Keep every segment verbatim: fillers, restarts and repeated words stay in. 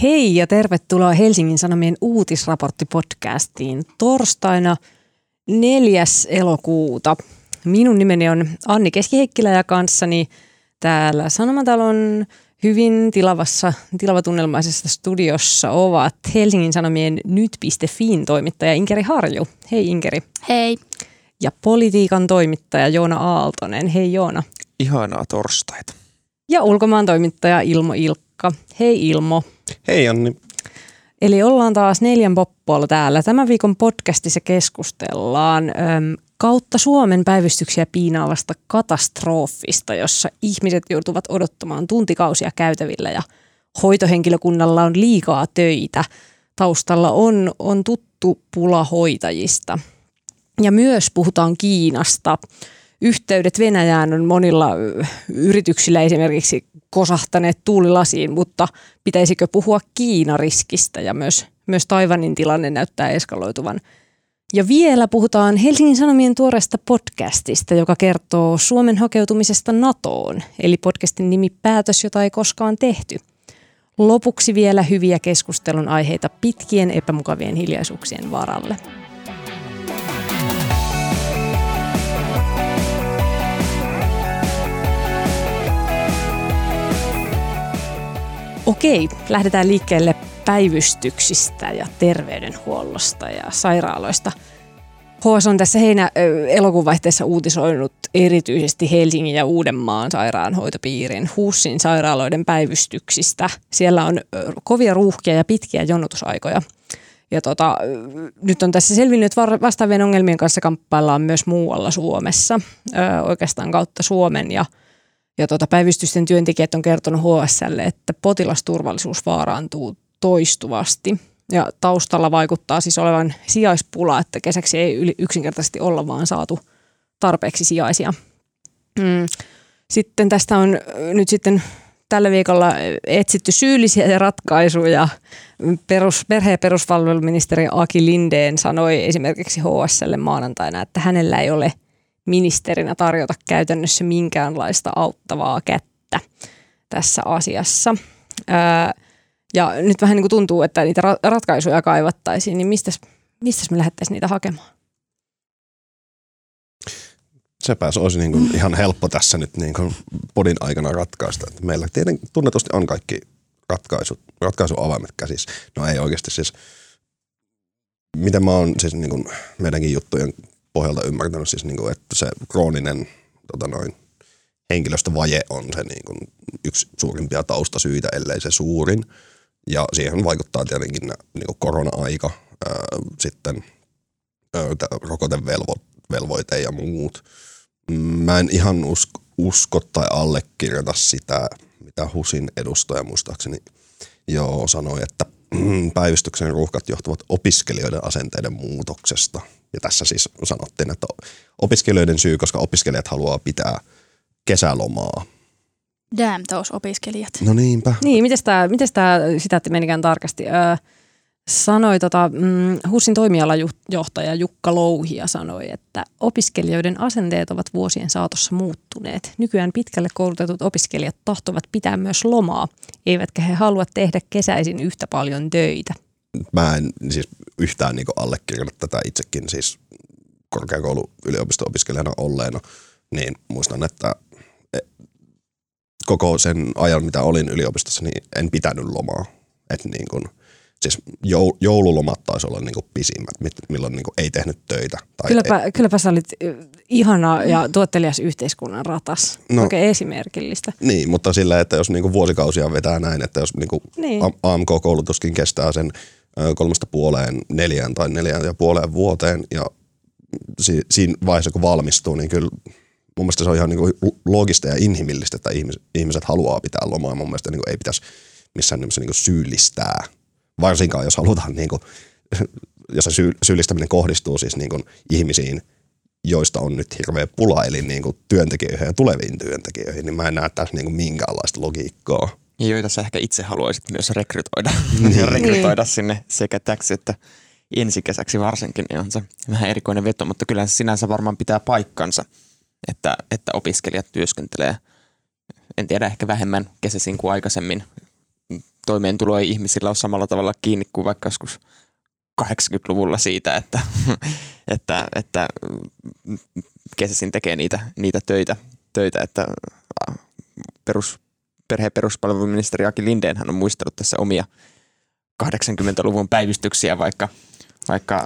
Hei ja tervetuloa Helsingin Sanomien uutisraporttipodcastiin torstaina neljäs elokuuta. Minun nimeni on Anni Keskiheikkilä ja kanssani täällä Sanomatalon hyvin tilavassa, tilavatunnelmaisessa studiossa ovat Helsingin Sanomien nyt piste fin toimittaja Inkeri Harju. Hei Inkeri. Hei. Ja politiikan toimittaja Joona Aaltonen. Hei Joona. Ihanaa torstaita. Ja ulkomaan toimittaja Ilmo Ilkka. Hei Ilmo. Hei Anni. Eli ollaan taas neljän poppoilla täällä. Tämän viikon podcastissa keskustellaan äm, kautta Suomen päivystyksiä piinaavasta katastrofista, jossa ihmiset joutuvat odottamaan tuntikausia käytävillä ja hoitohenkilökunnalla on liikaa töitä. Taustalla on, on tuttu pula hoitajista. Ja myös puhutaan Kiinasta. Yhteydet Venäjään on monilla yrityksillä esimerkiksi kosahtaneet tuulilasiin, mutta pitäisikö puhua Kiina-riskistä ja myös, myös Taiwanin tilanne näyttää eskaloituvan. Ja vielä puhutaan Helsingin Sanomien tuoreesta podcastista, joka kertoo Suomen hakeutumisesta NATOon, eli podcastin nimi Päätös, jota ei koskaan tehty. Lopuksi vielä hyviä keskustelun aiheita pitkien epämukavien hiljaisuuksien varalle. Okei, lähdetään liikkeelle päivystyksistä ja terveydenhuollosta ja sairaaloista. H S on tässä heinä-elokuun vaihteessa uutisoinut erityisesti Helsingin ja Uudenmaan sairaanhoitopiirin HUSin sairaaloiden päivystyksistä. Siellä on kovia ruuhkia ja pitkiä jonotusaikoja. Ja tota, nyt on tässä selvinnyt, että vastaavien ongelmien kanssa kamppaillaan myös muualla Suomessa, ö, oikeastaan kautta Suomen. Ja Ja tuota, päivystysten työntekijät on kertonut H S:lle, että potilasturvallisuus vaarantuu toistuvasti. Ja taustalla vaikuttaa siis olevan sijaispula, että kesäksi ei yksinkertaisesti olla vaan saatu tarpeeksi sijaisia. Sitten tästä on nyt sitten tällä viikolla etsitty syyllisiä ja ratkaisuja. Perus, perhe- ja peruspalveluministeri Aki Lindén sanoi esimerkiksi H S:lle maanantaina, että hänellä ei ole ministerinä tarjota käytännössä minkäänlaista auttavaa kättä tässä asiassa. Ää, ja nyt vähän niin kuin tuntuu, että niitä ra- ratkaisuja kaivattaisiin, niin mistäs, mistäs me lähdettäisiin niitä hakemaan? Sepä se olisi niin kuin ihan helppo tässä nyt niin kuin podin aikana ratkaista. Että meillä tietenkin tunnetusti on kaikki ratkaisut, ratkaisuavaimet käsissä. No ei oikeasti siis, miten mä oon siis niin kuin meidänkin juttujen pohjalta ymmärtänyt, siis niin kuin, että se krooninen tota noin, henkilöstövaje on se niin kuin yksi suurimpia taustasyitä, ellei se suurin. Ja siihen vaikuttaa tietenkin niin kuin korona-aika, ää, sitten ää, rokotevelvoite ja muut. Mä en ihan usko, usko tai allekirjoita sitä, mitä HUSin edustaja muistaakseni jo sanoi, että päivystyksen ruuhkat johtuvat opiskelijoiden asenteiden muutoksesta. Ja tässä siis sanottiin, että opiskelijoiden syy, koska opiskelijat haluaa pitää kesälomaa. Damn, tos opiskelijat. No niinpä. Niin, miten tämä, miten tämä sitaatti menikään tarkasti? Öö, sanoi tota, mm, HUSin toimialajohtaja Jukka Louhia sanoi, että opiskelijoiden asenteet ovat vuosien saatossa muuttuneet. Nykyään pitkälle koulutetut opiskelijat tahtovat pitää myös lomaa, eivätkä he halua tehdä kesäisin yhtä paljon töitä. Mä en siis yhtään niin allekirjoita tätä itsekin siis korkeakoulu yliopisto-opiskelijana olleena, niin muistan, että koko sen ajan, mitä olin yliopistossa, niin en pitänyt lomaa. Että niin kuin, siis joululomat taisi olla niin kuin pisimmät, milloin niin kuin ei tehnyt töitä. Tai kylläpä, ei. kylläpä sä olit ihana ja tuottelias yhteiskunnan ratas. No, oikein esimerkillistä. Niin, mutta sillä, että jos niin kuin vuosikausia vetää näin, että jos niin kuin niin. A M K-koulutuskin kestää sen kolmesta puoleen neljään tai neljään ja puoleen vuoteen ja si- siinä vaiheessa kun valmistuu, niin kyllä mun mielestä se on ihan niin kuin loogista ja inhimillistä, että ihmiset, ihmiset haluaa pitää lomaa. Mun mielestä niin kuin ei pitäisi missään nimessä niin kuin syyllistää, varsinkaan jos halutaan, niin kuin, jos se syy- syyllistäminen kohdistuu siis niin kuin ihmisiin, joista on nyt hirveä pula, eli niin kuin työntekijöihin ja tuleviin työntekijöihin, niin mä en näe tässä niin kuin minkäänlaista logiikkaa. Ja joita sä ehkä itse haluaisit myös rekrytoida, ja rekrytoida sinne sekä täksi että ensi kesäksi varsinkin, niin on se vähän erikoinen veto, mutta kyllä se sinänsä varmaan pitää paikkansa, että, että opiskelijat työskentelee, en tiedä, ehkä vähemmän kesäisin kuin aikaisemmin toimeentulo ei ihmisillä ole samalla tavalla kiinni kuin vaikka joskus kahdeksankymmentäluvulla siitä, että, että, että kesäsin tekee niitä, niitä töitä, töitä, että perus, perhe- ja peruspalveluministeri Aki Lindén hän on muistellut tässä omia kahdeksankymmentäluvun päivystyksiä vaikka, vaikka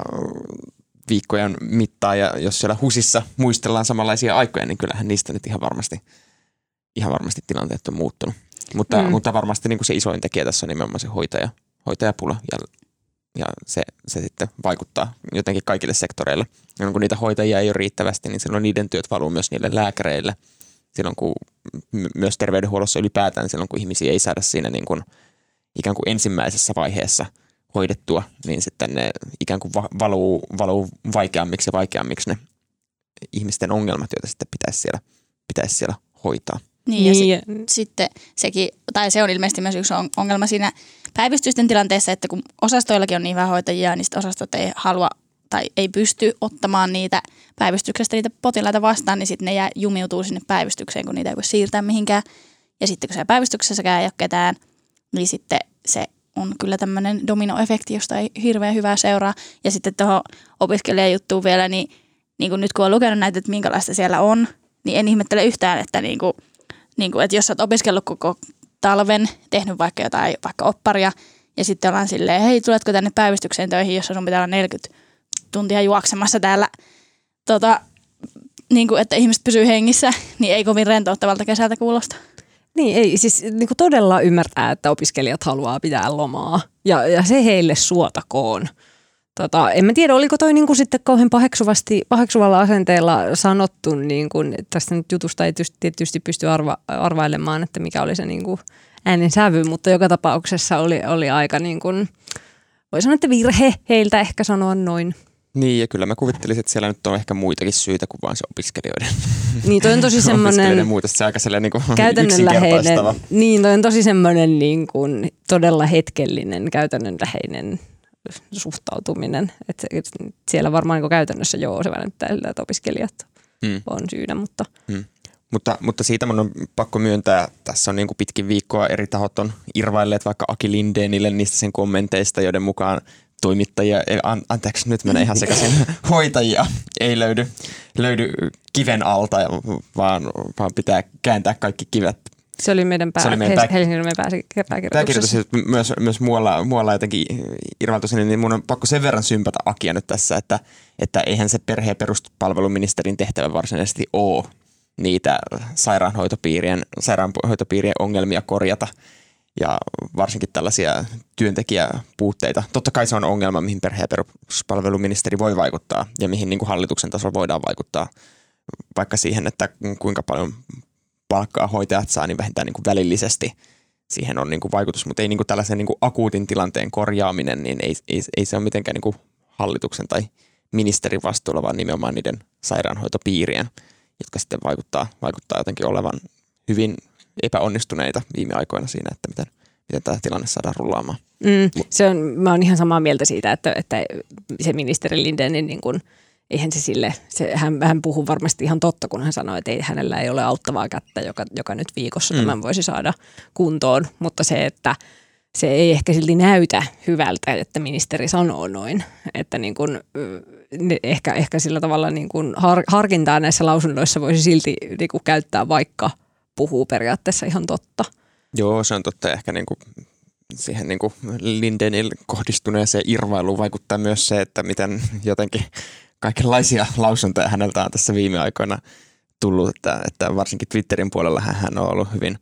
viikkojen mittaan, ja jos siellä HUSissa muistellaan samanlaisia aikoja, niin kyllähän niistä nyt ihan varmasti, ihan varmasti tilanteet on muuttunut. Mutta, mm. mutta varmasti niin kuin se isoin tekijä tässä on nimenomaan se hoitaja, hoitajapula, ja, ja se, se sitten vaikuttaa jotenkin kaikille sektoreille. Ja kun niitä hoitajia ei ole riittävästi, niin silloin niiden työt valuu myös niille lääkäreille. Silloin kun myös terveydenhuollossa ylipäätään, silloin kun ihmisiä ei saada siinä niin kuin, ikään kuin ensimmäisessä vaiheessa hoidettua, niin sitten ne ikään kuin valuu, valuu vaikeammiksi ja vaikeammiksi ne ihmisten ongelmat, joita sitten pitäisi siellä, pitäisi siellä hoitaa. Niin, ja niin. Sit, sitten sekin, tai se on ilmeisesti myös yksi ongelma siinä päivystysten tilanteessa, että kun osastoillakin on niin vähän hoitajia, niin sitten osastot ei halua tai ei pysty ottamaan niitä päivystyksestä niitä potilaita vastaan, niin sitten ne jää, jumiutuu sinne päivystykseen, kun niitä ei voi siirtää mihinkään. Ja sitten kun siellä päivystyksessäkään ei ole ketään, niin sitten se on kyllä tämmöinen dominoefekti, josta ei hirveän hyvää seuraa. Ja sitten tuohon opiskelijajuttuun vielä, niin, niin kuin nyt kun olen lukenut näitä, että minkälaista siellä on, niin en ihmettele yhtään, että, niin kuin, niin kuin, että jos olet opiskellut koko talven, tehnyt vaikka jotain, vaikka opparia, ja sitten ollaan silleen, hei, tuletko tänne päivystykseen töihin, jossa sun pitää olla neljäkymmentä tuntia juoksemassa täällä, tota, niin kuin, että ihmiset pysyy hengissä, niin ei kovin rentouttavalta kesältä kuulosta. Niin, ei siis niin kuin todella ymmärtää, että opiskelijat haluaa pitää lomaa ja, ja se heille suotakoon. Tota, en mä tiedä, oliko toi niin kuin sitten kauhean paheksuvasti, paheksuvalla asenteella sanottu, niin kuin, tästä nyt jutusta ei tietysti pysty arva, arvailemaan, että mikä oli se niin kuin äänen sävy, mutta joka tapauksessa oli, oli aika niin kuin, voi sanoa, että virhe heiltä ehkä sanoa noin. Niin, ja kyllä mä kuvittelisin, että siellä nyt on ehkä muitakin syitä kuin vaan se opiskelijoiden. Niin, toi on tosi semmoinen opiskelijoiden muutos, se aika sellainen niin käytännönläheinen. Niin, toi on tosi semmoinen niin kuin todella hetkellinen, käytännönläheinen suhtautuminen. Että et siellä varmaan niin käytännössä joo, se välittää siltä, että opiskelijat hmm. on syynä, mutta... Hmm. Mutta, mutta siitä mun on pakko myöntää, tässä on niin kuin pitkin viikkoa eri tahot on irvailleet vaikka Aki Lindénille niistä sen kommenteista, joiden mukaan toimittajia, an, anteeksi nyt menee ihan sekaisin, hoitajia ei löydy, löydy kiven alta, vaan, vaan pitää kääntää kaikki kivet. Se oli meidän, pää, oli meidän pää, Helsingin pääkirjoituksessa. Pääkirjoituksessa myös, myös muualla, muualla jotenkin irvailtu sinne, niin mun on pakko sen verran sympata Akia nyt tässä, että, että eihän se perhe- ja peruspalveluministerin tehtävä varsinaisesti ole niitä sairaanhoitopiirien, sairaanhoitopiirien ongelmia korjata. Ja varsinkin tällaisia työntekijäpuutteita. Totta kai se on ongelma, mihin perhe- ja peruspalveluministeri voi vaikuttaa ja mihin niin kuin hallituksen tasolla voidaan vaikuttaa. Vaikka siihen, että kuinka paljon palkkaa hoitajat saa, niin vähintään niin kuin välillisesti siihen on niin kuin vaikutus. Mutta ei niin kuin tällaisen niin kuin akuutin tilanteen korjaaminen, niin ei, ei, ei se ole mitenkään niin kuin hallituksen tai ministerin vastuulla, vaan nimenomaan niiden sairaanhoitopiirien, jotka sitten vaikuttaa, vaikuttaa jotenkin olevan hyvin epäonnistuneita viime aikoina siinä, että miten, miten tämä tilanne saadaan rullaamaan. Mm, se on, mä oon ihan samaa mieltä siitä, että, että se ministeri Lindén, niin, niin kun, eihän se sille, se, hän, hän puhuu varmasti ihan totta, kun hän sanoi, että ei, hänellä ei ole auttavaa kättä, joka, joka nyt viikossa mm. tämän voisi saada kuntoon, mutta se, että se ei ehkä silti näytä hyvältä, että ministeri sanoo noin, että niin kun, ehkä, ehkä sillä tavalla niin kun har, harkintaa näissä lausunnoissa voisi silti niin kun käyttää, vaikka puhuu periaatteessa ihan totta. Joo, se on totta. Ehkä niin kuin siihen niin kuin Lindénille kohdistuneeseen irvailuun vaikuttaa myös se, että miten jotenkin kaikenlaisia lausuntoja häneltä on tässä viime aikoina tullut, että, että varsinkin Twitterin puolella hän on ollut hyvin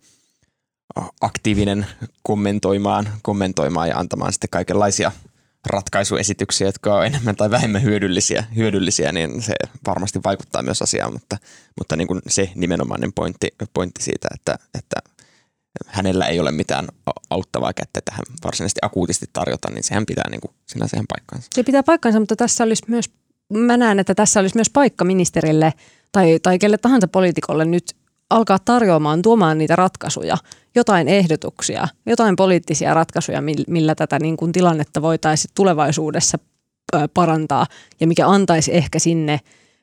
aktiivinen kommentoimaan, kommentoimaan ja antamaan sitten kaikenlaisia ratkaisuesityksiä, jotka on enemmän tai vähemmän hyödyllisiä, hyödyllisiä niin se varmasti vaikuttaa myös asiaan, mutta, mutta niin kuin se nimenomainen pointti, pointti siitä, että, että hänellä ei ole mitään auttavaa kättä tähän varsinaisesti akuutisti tarjota, niin sehän pitää niin kuin sinänsä ihan paikkansa. Se pitää paikkansa, mutta tässä olisi myös, mä näen, että tässä olisi myös paikka ministerille tai, tai kelle tahansa poliitikolle nyt alkaa tarjoamaan, tuomaan niitä ratkaisuja, jotain ehdotuksia, jotain poliittisia ratkaisuja, millä tätä niin kuin tilannetta voitaisiin tulevaisuudessa parantaa ja mikä antaisi ehkä sinne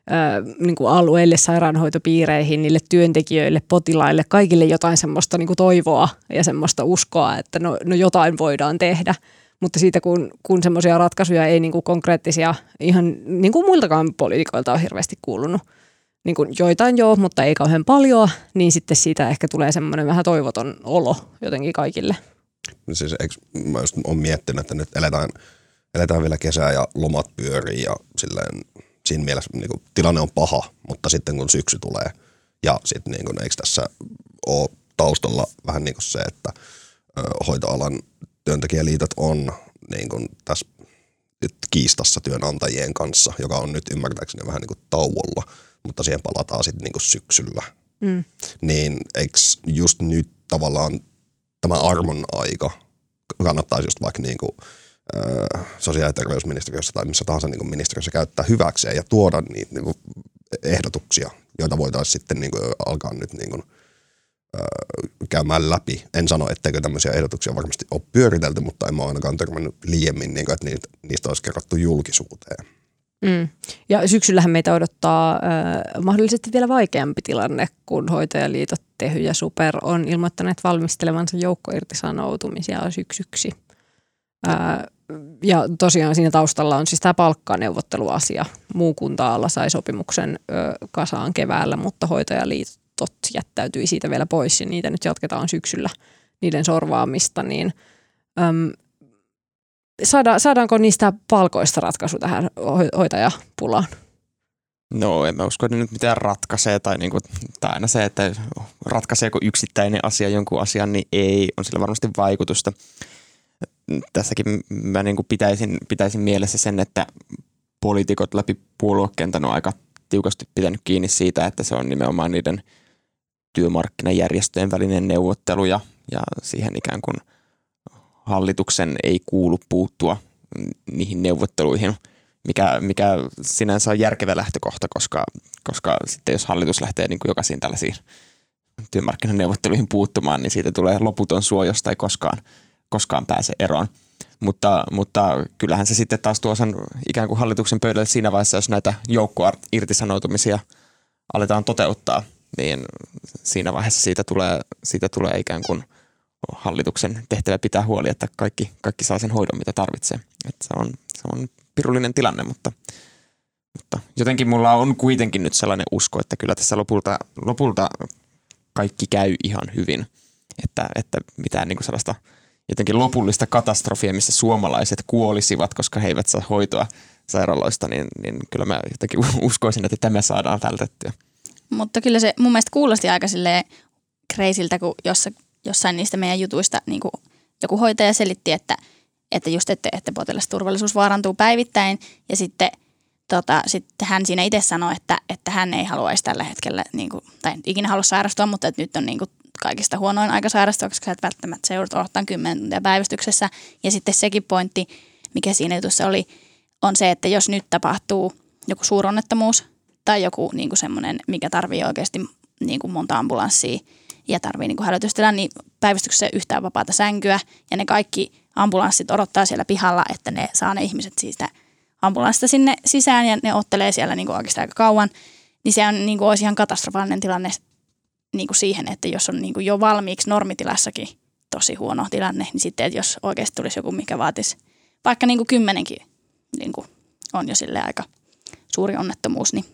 niin kuin alueille, sairaanhoitopiireihin, niille työntekijöille, potilaille, kaikille jotain semmoista niin kuin toivoa ja semmoista uskoa, että no, no jotain voidaan tehdä. Mutta siitä kun, kun semmoisia ratkaisuja ei niin kuin konkreettisia, ihan niin kuin muiltakaan poliitikoilta on hirveästi kuulunut, niin kuin joitain joo, mutta ei kauhean paljon, niin sitten siitä ehkä tulee semmoinen vähän toivoton olo jotenkin kaikille. Siis eikö, mä just olen miettinyt, että nyt eletään, eletään vielä kesää ja lomat pyörii ja silleen, siinä mielessä niin kuin, tilanne on paha, mutta sitten kun syksy tulee ja sitten niin kuin, eikö tässä ole taustalla vähän niin kuin se, että ö, hoitoalan työntekijäliitot on niin kuin, tässä kiistassa työnantajien kanssa, joka on nyt ymmärtääkseni vähän niin kuin tauolla, mutta siihen palataan sitten niin kuin syksyllä. Mm. Niin eikö just nyt tavallaan tämä armon aika kannattaisi just vaikka niin kuin, ö, sosiaali- ja terveysministeriössä tai missä tahansa niin kuin ministeriössä käyttää hyväkseen ja tuoda niitä niin kuin ehdotuksia, joita voitaisiin sitten niin kuin alkaa nyt niin kuin, ö, käymään läpi. En sano, etteikö tämmöisiä ehdotuksia varmasti ole pyöritelty, mutta en ole ainakaan törmännyt liiemmin, niin kuin, että niitä, niistä olisi kerrottu julkisuuteen. Mm. Ja syksyllähän meitä odottaa äh, mahdollisesti vielä vaikeampi tilanne, kun hoitajaliitot Tehy ja Super on ilmoittaneet valmistelevansa joukkoirtisanoutumisia syksyksi. Äh, ja tosiaan siinä taustalla on siis tämä palkkaneuvotteluasia. Muu kunta-ala sai sopimuksen äh, kasaan keväällä, mutta hoitajaliitot jättäytyi siitä vielä pois ja niitä nyt jatketaan syksyllä, niiden sorvaamista, niin äm, Saada, saadaanko niistä palkoista ratkaisu tähän hoitajapulaan? No en mä usko, että nyt mitään ratkaisee tai, niinku, tai aina se, että ratkaiseeko yksittäinen asia jonkun asian, niin ei, on sillä varmasti vaikutusta. Tässäkin mä niinku pitäisin, pitäisin mielessä sen, että poliitikot läpi puoluekentän on aika tiukasti pitänyt kiinni siitä, että se on nimenomaan niiden työmarkkinajärjestöjen välinen neuvottelu ja, ja siihen ikään kuin hallituksen ei kuulu puuttua niihin neuvotteluihin, mikä, mikä sinänsä on järkevä lähtökohta, koska, koska sitten jos hallitus lähtee niin kuin jokaisiin tällaisiin työmarkkinaneuvotteluihin puuttumaan, niin siitä tulee loputon suo, josta ei koskaan, koskaan pääse eroon. Mutta, mutta kyllähän se sitten taas tuo sen ikään kuin hallituksen pöydälle siinä vaiheessa, jos näitä joukkoirtisanoutumisia aletaan toteuttaa, niin siinä vaiheessa siitä tulee, siitä tulee ikään kuin hallituksen tehtävä pitää huoli, että kaikki, kaikki saa sen hoidon, mitä tarvitsee. Että se on, se on pirullinen tilanne, mutta, mutta jotenkin mulla on kuitenkin nyt sellainen usko, että kyllä tässä lopulta, lopulta kaikki käy ihan hyvin. Että, että mitään niin kuin sellaista jotenkin lopullista katastrofia, missä suomalaiset kuolisivat, koska he eivät saa hoitoa sairaaloista, niin, niin kyllä mä jotenkin uskoisin, että tämä saadaan vältettyä. Mutta kyllä se mun mielestä kuulosti aika silleen kreisiltä, kun jossa jossain niistä meidän jutuista niin kuin joku hoitaja selitti, että, että just että, että potilasturvallisuus vaarantuu päivittäin ja sitten, tota, sitten hän siinä itse sanoi, että, että hän ei haluaisi tällä hetkellä, niin kuin, tai ikinä halua sairastua, mutta että nyt on niin kuin kaikista huonoin aika sairastua, koska sä et välttämättä se joudut odottamaan kymmenen tuntia päivystyksessä. Ja sitten sekin pointti, mikä siinä jutussa oli, on se, että jos nyt tapahtuu joku suuronnettomuus tai joku niin kuin semmoinen, mikä tarvii oikeasti niin kuin monta ambulanssia, ja tarvii niin hälytystila, niin päivystyksessä ei yhtään vapaata sänkyä. Ja ne kaikki ambulanssit odottaa siellä pihalla, että ne saa ne ihmiset siitä ambulanssista sinne sisään ja ne ottelee siellä niin oikeastaan aika kauan. Niin se on, niin kuin, olisi ihan katastrofaalinen tilanne niin kuin siihen, että jos on niin kuin jo valmiiksi normitilassakin tosi huono tilanne, niin sitten että jos oikeasti tulisi joku, mikä vaatisi vaikka niin kuin kymmenenkin niin kuin on jo silleen aika suuri onnettomuus. Niin,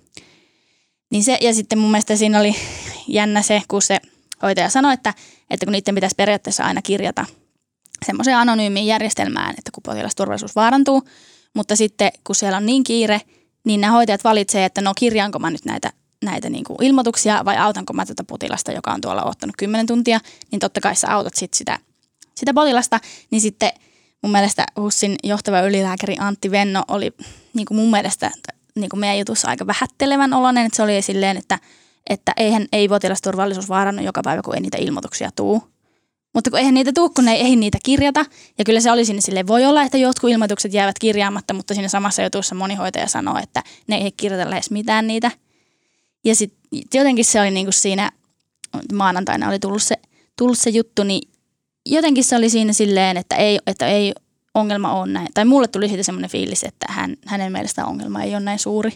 niin se, ja sitten mun mielestä siinä oli jännä se, kun se hoitaja sanoi, että, että kun niiden pitäisi periaatteessa aina kirjata semmoiseen anonyymiin järjestelmään, että kun potilasturvallisuus vaarantuu, mutta sitten kun siellä on niin kiire, niin nämä hoitajat valitsee, että no kirjaanko mä nyt näitä, näitä niin kuin ilmoituksia vai autanko mä tätä potilasta, joka on tuolla ottanut kymmenen tuntia, niin totta kai sä autat sit sitä, sitä potilasta, niin sitten mun mielestä HUSin johtava ylilääkäri Antti Venno oli niin kuin mun mielestä niin kuin meidän jutussa aika vähättelevän oloinen, että se oli silleen, että että eihän ei potilasturvallisuus vaarannut joka päivä, kun ei niitä ilmoituksia tuu. Mutta kun eihän niitä tuu, kun ei, ei niitä kirjata. Ja kyllä se oli sinne silleen, voi olla, että jotkut ilmoitukset jäävät kirjaamatta, mutta siinä samassa jutussa moni hoitaja sanoo, että ne ei kirjata lähes mitään niitä. Ja sitten jotenkin se oli niin kuin siinä, maanantaina oli tullut se, tullut se juttu, niin jotenkin se oli siinä silleen, että ei, että ei ongelma ole näin. Tai mulle tuli siitä semmoinen fiilis, että hän, hänen mielestään ongelma ei ole näin suuri.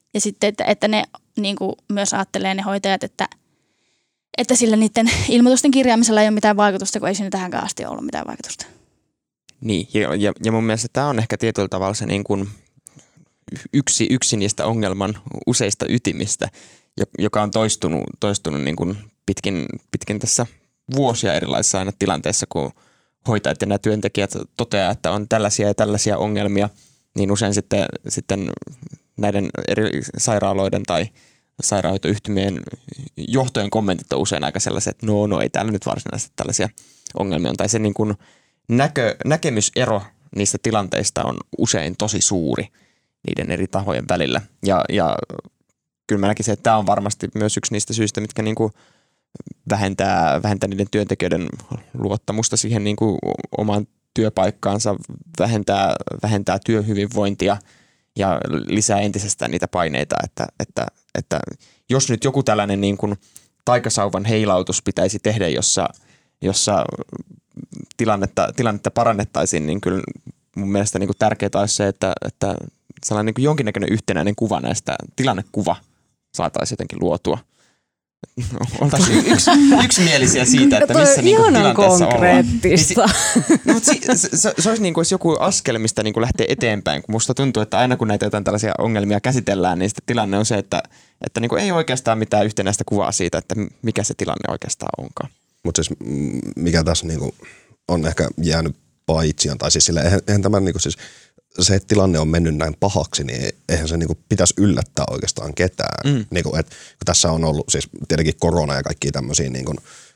Ja sitten, että, että ne niin kuin myös ajattelee ne hoitajat, että, että sillä niiden ilmoitusten kirjaamisella ei ole mitään vaikutusta, kun ei siinä tähänkään asti ollut mitään vaikutusta. Niin, ja, ja, ja mun mielestä tämä on ehkä tietyllä tavalla se niin kuin yksi, yksi niistä ongelman useista ytimistä, joka on toistunut, toistunut niin kuin pitkin, pitkin tässä vuosia erilaisissa aina tilanteissa, kun hoitajat ja nämä työntekijät toteaa, että on tällaisia ja tällaisia ongelmia, niin usein sitten, sitten näiden eri sairaaloiden tai sairaanhoitoyhtymien johtojen kommentit on usein aika sellaiset, että no, no ei täällä nyt varsinaisesti tällaisia ongelmia on. Tai se niin kuin näkö, näkemysero niistä tilanteista on usein tosi suuri niiden eri tahojen välillä. Ja, ja kyllä mä näkisin, että tämä on varmasti myös yksi niistä syistä, mitkä niin kuin vähentää, vähentää niiden työntekijöiden luottamusta siihen niin kuin omaan työpaikkaansa, vähentää, vähentää työhyvinvointia ja lisää entisestään niitä paineita, että, että, että jos nyt joku tällainen niin kuin taikasauvan heilautus pitäisi tehdä, jossa, jossa tilannetta, tilannetta parannettaisiin, niin kyllä mun mielestä niin kuin tärkeää olisi se, että, että sellainen niin kuin jonkinnäköinen yhtenäinen kuva näistä, tilannekuva saataisiin jotenkin luotua. Oltaisiin yksi, yksimielisiä siitä, että missä niinku tilanteessa konkreettista. ollaan. No, mutta si, se, se, se olisi niinku joku askel, mistä niinku lähtee eteenpäin, kun musta tuntuu, että aina kun näitä jotain tällaisia ongelmia käsitellään, niin sitten tilanne on se, että, että niinku ei oikeastaan mitään yhtenäistä kuvaa siitä, että mikä se tilanne oikeastaan onkaan. Mutta siis mikä tässä niinku on ehkä jäänyt paitsiaan, tai siis sille, eihän, eihän tämä niinku siis se, että tilanne on mennyt näin pahaksi, niin eihän se niinku pitäisi yllättää oikeastaan ketään. Mm. Niinku, et, kun tässä on ollut siis tietenkin korona ja kaikkia tämmöisiä niinku,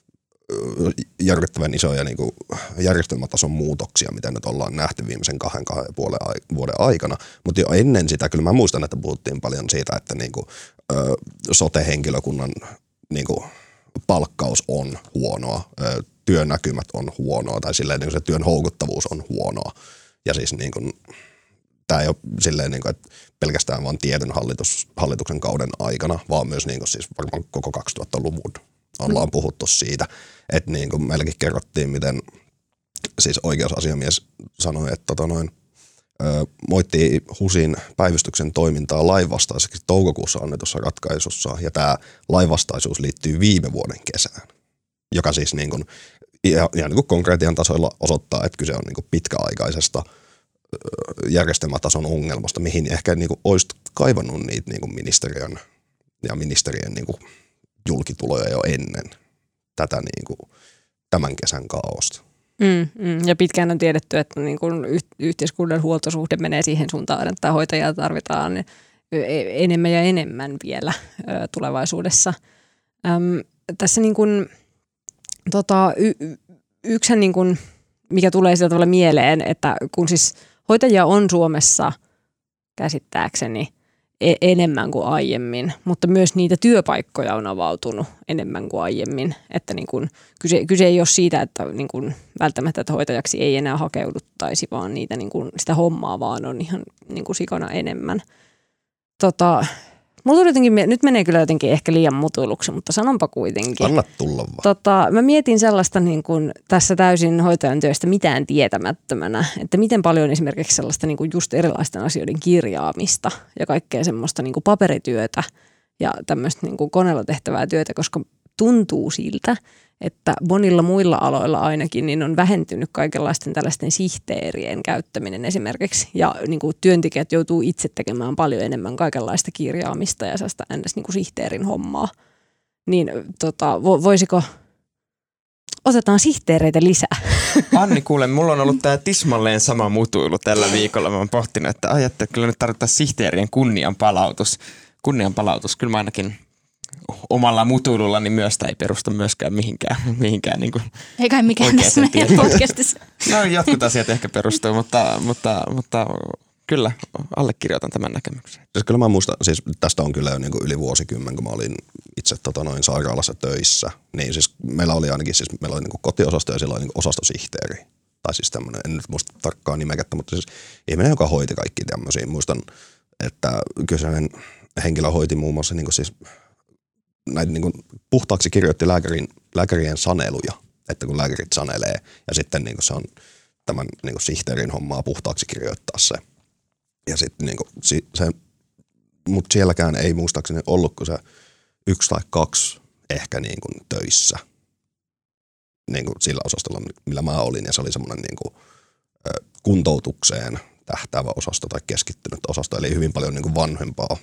järkyttävän isoja niinku, järjestelmätason muutoksia, mitä nyt ollaan nähty viimeisen kahden, kahden ja puolen vuoden aikana. Mutta jo ennen sitä, kyllä mä muistan, että puhuttiin paljon siitä, että niinku, ö, sote-henkilökunnan niinku, palkkaus on huonoa, ö, työnäkymät on huonoa tai silleen, niin se työn houkuttavuus on huonoa. Ja siis niin kuin, tämä ei ole silleen, niin kuin, että pelkästään vaan tietyn hallitus, hallituksen kauden aikana, vaan myös niin kuin, siis varmaan koko kaksituhattaluvun ollaan mm. puhuttu siitä, että niin kuin meilläkin kerrottiin, miten siis oikeusasiamies sanoi, että tota noin, ö, moittii HUSin päivystyksen toimintaa lainvastaiseksi toukokuussa annetussa ratkaisussa, ja tämä lainvastaisuus liittyy viime vuoden kesään, joka siis niin kuin, ja, ja niin kuin konkreettian tasoilla osoittaa, että kyse on niin kuin pitkäaikaisesta järjestelmätason ongelmasta, mihin ehkä niin kuin olisi kaivannut niitä niin kuin ministeriön ja ministerien niin kuin julkituloja jo ennen tätä niin kuin tämän kesän kaaosta. Mm, mm. Ja pitkään on tiedetty, että niin kuin yhteiskunnan huoltosuhde menee siihen suuntaan, että hoitajia tarvitaan enemmän ja enemmän vielä tulevaisuudessa. Öm, tässä niin kuin Tota, y- yksi, niin kun, mikä tulee sillä tavalla mieleen, että kun siis hoitajia on Suomessa käsittääkseni e- enemmän kuin aiemmin, mutta myös niitä työpaikkoja on avautunut enemmän kuin aiemmin. Että niin kun, kyse, kyse ei ole siitä, että niin kun, välttämättä että hoitajaksi ei enää hakeuduttaisi, vaan niitä, niin kun, sitä hommaa vaan on ihan niin kun sikana enemmän. Tota, Mulla jotenkin, nyt menee kyllä jotenkin ehkä liian mutuiluksi, mutta sanonpa kuitenkin. Anna tulla vaan. Tota, mä mietin sellaista niin kuin tässä täysin hoitajan työstä mitään tietämättömänä, että miten paljon esimerkiksi sellaista niin kuin just erilaisten asioiden kirjaamista ja kaikkea semmoista niin kuin paperityötä ja tämmöistä niin kuin koneella tehtävää työtä, koska tuntuu siltä, että monilla muilla aloilla ainakin niin on vähentynyt kaikenlaisten tällaisten sihteerien käyttäminen esimerkiksi. Ja niin kuin työntekijät joutuu itse tekemään paljon enemmän kaikenlaista kirjaamista ja sellaista ns. Niin kuin sihteerin hommaa. Niin tota, voisiko, otetaan sihteereitä lisää. Anni, kuule, mulla on ollut tää tismalleen sama mutuilu tällä viikolla. Mä oon pohtinut, että ajattelin, että kyllä nyt tarvitaan sihteerien kunnianpalautus. Kunnianpalautus, kyllä mä ainakin omalla mutuilullani myös ei perusta myöskään mihinkään, mihinkään niin kuin ei kai mikään tässä meidän podcastissa. No jotkut asiat ehkä perustuu, mutta, mutta, mutta kyllä allekirjoitan tämän näkemyksen. Siis kyllä mä muistan, siis tästä on kyllä jo niin kuin yli vuosikymmen, kun mä olin itse tota noin sairaalassa töissä, niin siis meillä oli ainakin, siis meillä oli niin kuin kotiosasto ja siellä oli niin kuin osastosihteeri. Tai siis tämmöinen, en nyt muista tarkkaan nimekettä, mutta siis ihminen, joka hoiti kaikki tämmöisiä. Muistan, että kyseinen henkilö hoiti muun muassa niin kuin siis näitä niin kuin puhtaaksi kirjoitti lääkärin, lääkärien saneluja, että kun lääkärit sanelee ja sitten niin kuin se on tämän niin kuin sihteerin hommaa puhtaaksi kirjoittaa se. Ja sitten niin kuin se mutta sielläkään ei muistaakseni ollut kuin se yksi tai kaksi ehkä niin kuin töissä niin kuin sillä osastolla, millä mä olin. Ja se oli semmoinen niin kuin kuntoutukseen tähtäävä osasto tai keskittynyt osasto, eli hyvin paljon niin kuin vanhempaa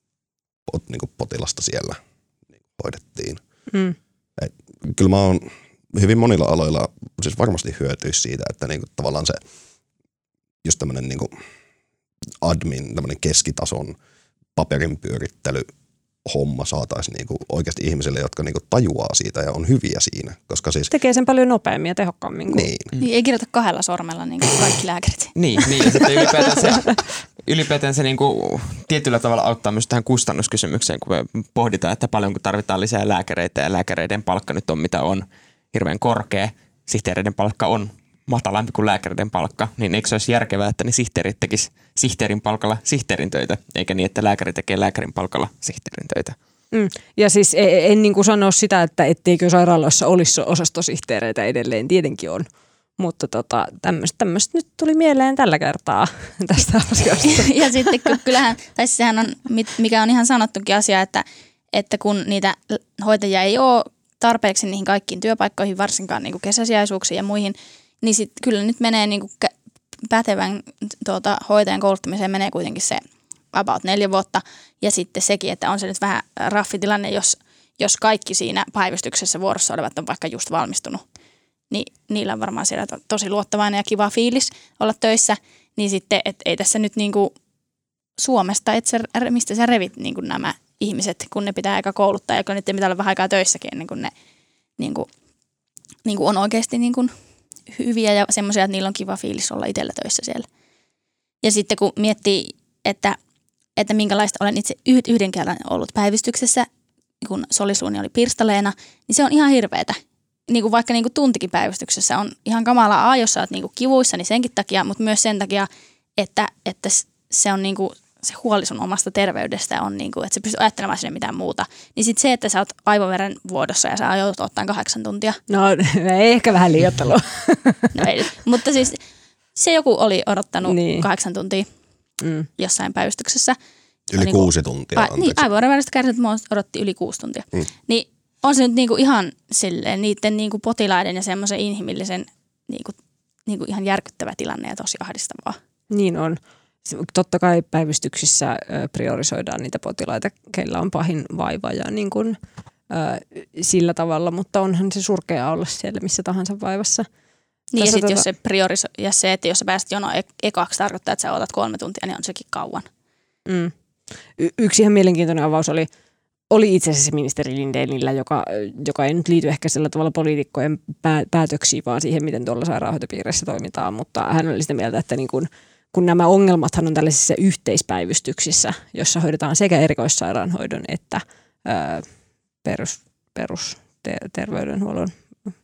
niin kuin potilasta siellä niin kuin hoidettiin. Mm. Et, kyllä mä oon hyvin monilla aloilla siis varmasti hyötyisi siitä, että niin kuin tavallaan se just tämmöinen niin kuin admin, tämmöinen keskitason paperin pyörittely homma saataisiin niinku oikeasti ihmisille, jotka niinku tajuaa siitä ja on hyviä siinä. Koska siis tekee sen paljon nopeammin ja tehokkaammin. Kuin... Niin. niin. Ei kirjoita kahdella sormella niin kuin kaikki lääkärit. niin, niin, ja sitten ylipäätään se, ylipäätään se niinku tietyllä tavalla auttaa myös tähän kustannuskysymykseen, kun me pohditaan, että paljonko tarvitaan lisää lääkäreitä ja lääkäreiden palkka nyt on mitä on hirveän korkea. Sihteereiden palkka on matalampi kuin lääkäreiden palkka, niin eikö se olisi järkevää, että ne sihteerit tekis sihteerin palkalla sihteerin töitä, eikä niin, että lääkäri tekee lääkärin palkalla sihteerin töitä. Mm. Ja siis en, en niin kuin sano sitä, että etteikö sairaaloissa olisi osastosihteereitä edelleen, tietenkin on. Mutta tota, tämmöistä nyt tuli mieleen tällä kertaa tästä asiasta. Ja sitten kyllähän, tai sehän on, mikä on ihan sanottukin asia, että, että kun niitä hoitajia ei ole tarpeeksi niihin kaikkiin työpaikkoihin, varsinkaan niin kuin kesäsijaisuuksiin ja muihin, niin sit kyllä nyt menee niin kuin pätevän tuota, hoitajan kouluttamiseen menee kuitenkin se about neljä vuotta. Ja sitten sekin, että on se nyt vähän raffitilanne, jos, jos kaikki siinä päivystyksessä vuorossa olevat on vaikka just valmistunut. Niin niillä on varmaan siellä to, tosi luottavainen ja kiva fiilis olla töissä. Niin sitten, että ei tässä nyt niin kuin Suomesta, et sä, mistä sä revit niin kuin nämä ihmiset, kun ne pitää aika kouluttaa. Ja kun niitä pitää olla vähän aikaa töissäkin ennen kuin ne niin kuin, niin kuin on oikeasti niin kuin hyviä ja semmoisia, että niillä on kiva fiilis olla itsellä töissä siellä. Ja sitten kun miettii, että, että minkälaista olen itse yhden kerran ollut päivystyksessä, kun solisuuni oli pirstaleena, niin se on ihan hirveetä. Niin kuin vaikka niin kuin tuntikin päivystyksessä on ihan kamalaa, a, jos sä oot niin kuin kivuissa, niin senkin takia, mutta myös sen takia, että, että se on niin kuin se huoli sun omasta terveydestä on niin kuin, että sä pystyt ajattelemaan sinne mitään muuta. Niin sitten se, että sä oot aivoveren vuodossa ja sä joudut ottaa kahdeksan tuntia. No ei ehkä vähän liioittelua. No ei, mutta siis se joku oli odottanut niin. kahdeksan tuntia mm. jossain päivystyksessä. Yli niin kuusi tuntia, a, Niin, aivoveren välisestä kärsivät odotti yli kuusi tuntia. Mm. Niin on se nyt niinku ihan silleen niiden niinku potilaiden ja semmoisen inhimillisen niinku, niinku ihan järkyttävä tilanne ja tosi ahdistavaa. Niin on. Totta kai päivystyksissä priorisoidaan niitä potilaita, keillä on pahin vaiva ja niin kuin, ö, sillä tavalla, mutta onhan se surkea olla siellä missä tahansa vaivassa. Niin Tässä ja sitten tota... jos se priorisoi, ja se, että jos sä pääset jonoon ek- ekaksi tarkoittaa, että sä otat kolme tuntia, niin on sekin kauan. Mm. Y- yksi ihan mielenkiintoinen avaus oli, oli itse asiassa ministeri Lindénillä, joka, joka ei nyt liity ehkä sillä tavalla poliitikkojen pää- päätöksiin, vaan siihen, miten tuolla sairaanhoitopiirissä toimitaan, mutta hän oli sitä mieltä, että niin kuin kun nämä ongelmathan on tällaisissa yhteispäivystyksissä, jossa hoidetaan sekä erikoissairaanhoidon että ää, perus, perusterveydenhuollon,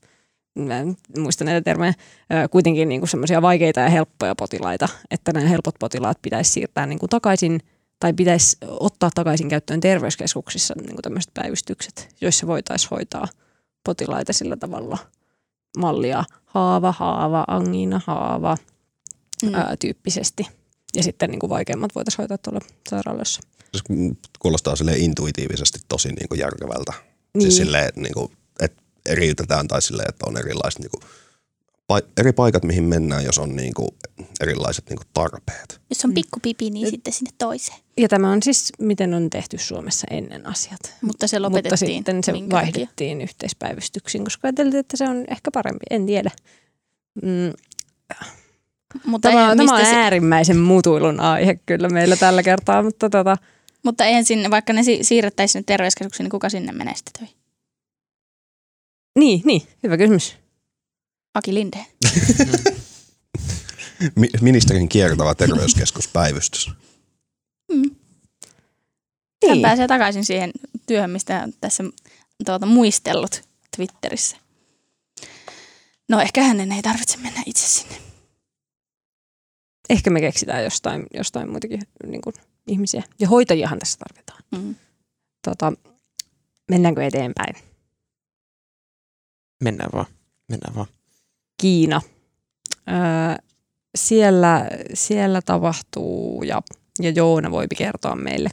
mä en muista näitä termejä, ää, kuitenkin niin kuin semmoisia vaikeita ja helppoja potilaita, että nämä helpot potilaat pitäisi siirtää niin kuin takaisin tai pitäisi ottaa takaisin käyttöön terveyskeskuksissa niin kuin tämmöiset päivystykset, joissa voitaisiin hoitaa potilaita sillä tavalla mallia haava, haava, angina, haava, Mm. Ää, tyyppisesti. Ja sitten niin kuin vaikeimmat voitaisiin hoitaa tuolla sairaaloissa. Kuulostaa silleen intuitiivisesti tosi niin kuin järkevältä. Niin. Siis silleen, niin kuin, että eriytetään tai silleen, että on erilaiset niin kuin, pa- eri paikat, mihin mennään, jos on niin kuin, erilaiset niin kuin, tarpeet. Jos on pikkupipi, niin mm. sitten sinne toiseen. Ja tämä on siis, miten on tehty Suomessa ennen asiat. Mutta se lopetettiin. Mutta sitten se vaihdettiin yhteispäivystyksiin, koska ajateltiin, että se on ehkä parempi. En tiedä. Mm. Mutta tämä, eihän, tämä on se... äärimmäisen mutuilun aihe kyllä meillä tällä kertaa, mutta tota... Mutta eihän sinne, vaikka ne si- siirrettäisiin sinne terveyskeskuksiin, niin kuka sinne menee sitten töihin? Niin, niin, hyvä kysymys. Aki Lindén. Ministerin kiertävä terveyskeskuspäivystys. Mm. Hän niin. pääsee takaisin siihen työhön, mistä on tässä tuota, muistellut Twitterissä. No ehkä hänen ei tarvitse mennä itse sinne. Ehkä me keksitään jostain, jostain muitakin niin kuin, ihmisiä. Ja hoitajiahan tässä tarvitaan. Mm. Tota, mennäänkö eteenpäin? Mennään vaan. Mennään vaan. Kiina. Öö, siellä, siellä tapahtuu ja, ja Joona voipi kertoa meille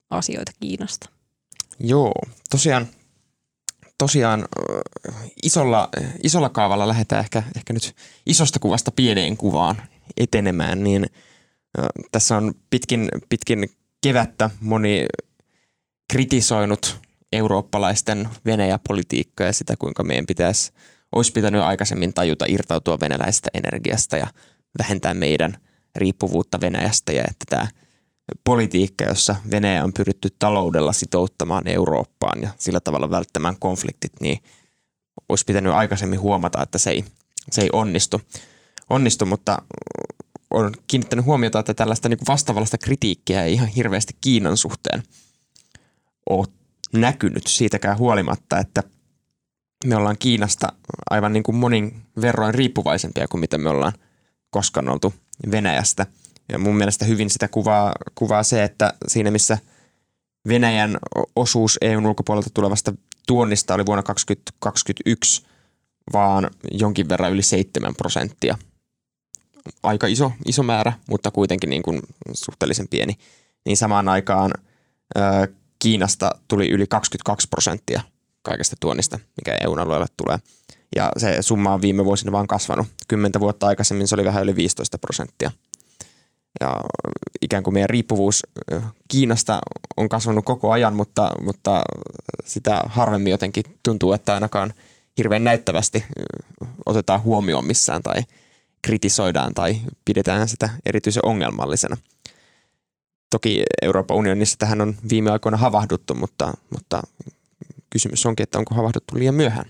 asioita Kiinasta? Joo, tosiaan, tosiaan isolla, isolla kaavalla lähdetään ehkä, ehkä nyt isosta kuvasta pieneen kuvaan etenemään, niin tässä on pitkin, pitkin kevättä moni kritisoinut eurooppalaisten Venäjä-politiikkaa ja sitä, kuinka meidän pitäisi, olisi pitänyt aikaisemmin tajuta irtautua venäläisestä energiasta ja vähentää meidän riippuvuutta Venäjästä ja että tämä politiikka, jossa Venäjä on pyritty taloudella sitouttamaan Eurooppaan ja sillä tavalla välttämään konfliktit, niin olisi pitänyt aikaisemmin huomata, että se ei, se ei onnistu. onnistu, mutta olen kiinnittänyt huomiota, että tällaista niin kuin vastaavallista kritiikkiä ei ihan hirveästi Kiinan suhteen ole näkynyt siitäkään huolimatta, että me ollaan Kiinasta aivan niin kuin monin verroin riippuvaisempia kuin mitä me ollaan koskaan oltu Venäjästä. Ja mun mielestä hyvin sitä kuvaa, kuvaa se, että siinä missä Venäjän osuus E U:n ulkopuolelta tulevasta tuonnista oli vuonna kaksituhattakaksikymmentäyksi vaan jonkin verran yli seitsemän prosenttia. Aika iso, iso määrä, mutta kuitenkin niin kuin suhteellisen pieni. Niin samaan aikaan ö, Kiinasta tuli yli kaksikymmentäkaksi prosenttia kaikesta tuonnista, mikä E U:n alueelle tulee. Ja se summa on viime vuosina vaan kasvanut. Kymmentä vuotta aikaisemmin se oli vähän yli viisitoista prosenttia. Ja ikään kuin meidän riippuvuus Kiinasta on kasvanut koko ajan, mutta, mutta sitä harvemmin jotenkin tuntuu, että ainakaan hirveän näyttävästi otetaan huomioon missään tai kritisoidaan tai pidetään sitä erityisen ongelmallisena. Toki Euroopan unionissa tähän on viime aikoina havahduttu, mutta, mutta kysymys onkin, että onko havahduttu liian myöhään.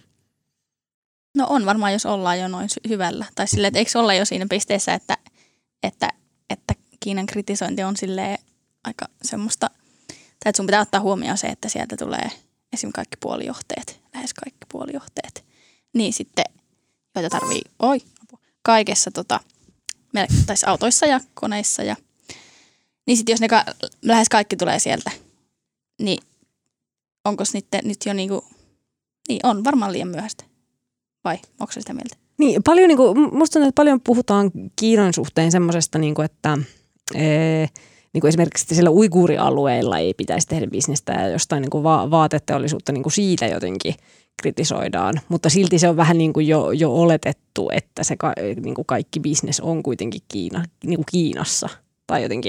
No on varmaan, jos ollaan jo noin hyvällä. Tai silleen, että eikö olla jo siinä pisteessä, että, että, että Kiinan kritisointi on silleen aika semmoista, tai että sun pitää ottaa huomioon se, että sieltä tulee esimerkiksi kaikki puolijohteet, lähes kaikki puolijohteet. Niin sitten, joita tarvii, oi, kaikessa tota, tai autoissa ja koneissa. Ja, niin sitten jos ne ka- lähes kaikki tulee sieltä, niin onko sitten nyt jo niinku, niin on varmaan liian myöhäistä. Vai onko se sitä mieltä? Niin, paljon, niin kuin, musta tuntuu, että paljon puhutaan Kiinan suhteen semmoisesta, niin kuin, että ee, niin kuin esimerkiksi siellä uiguurialueilla ei pitäisi tehdä bisnestä ja jostain niin kuin va- vaateteollisuutta niin kuin siitä jotenkin kritisoidaan. Mutta silti se on vähän niin kuin jo, jo oletettu, että se ka- niin kuin kaikki bisnes on kuitenkin Kiina, niin kuin Kiinassa. Tai jotenkin,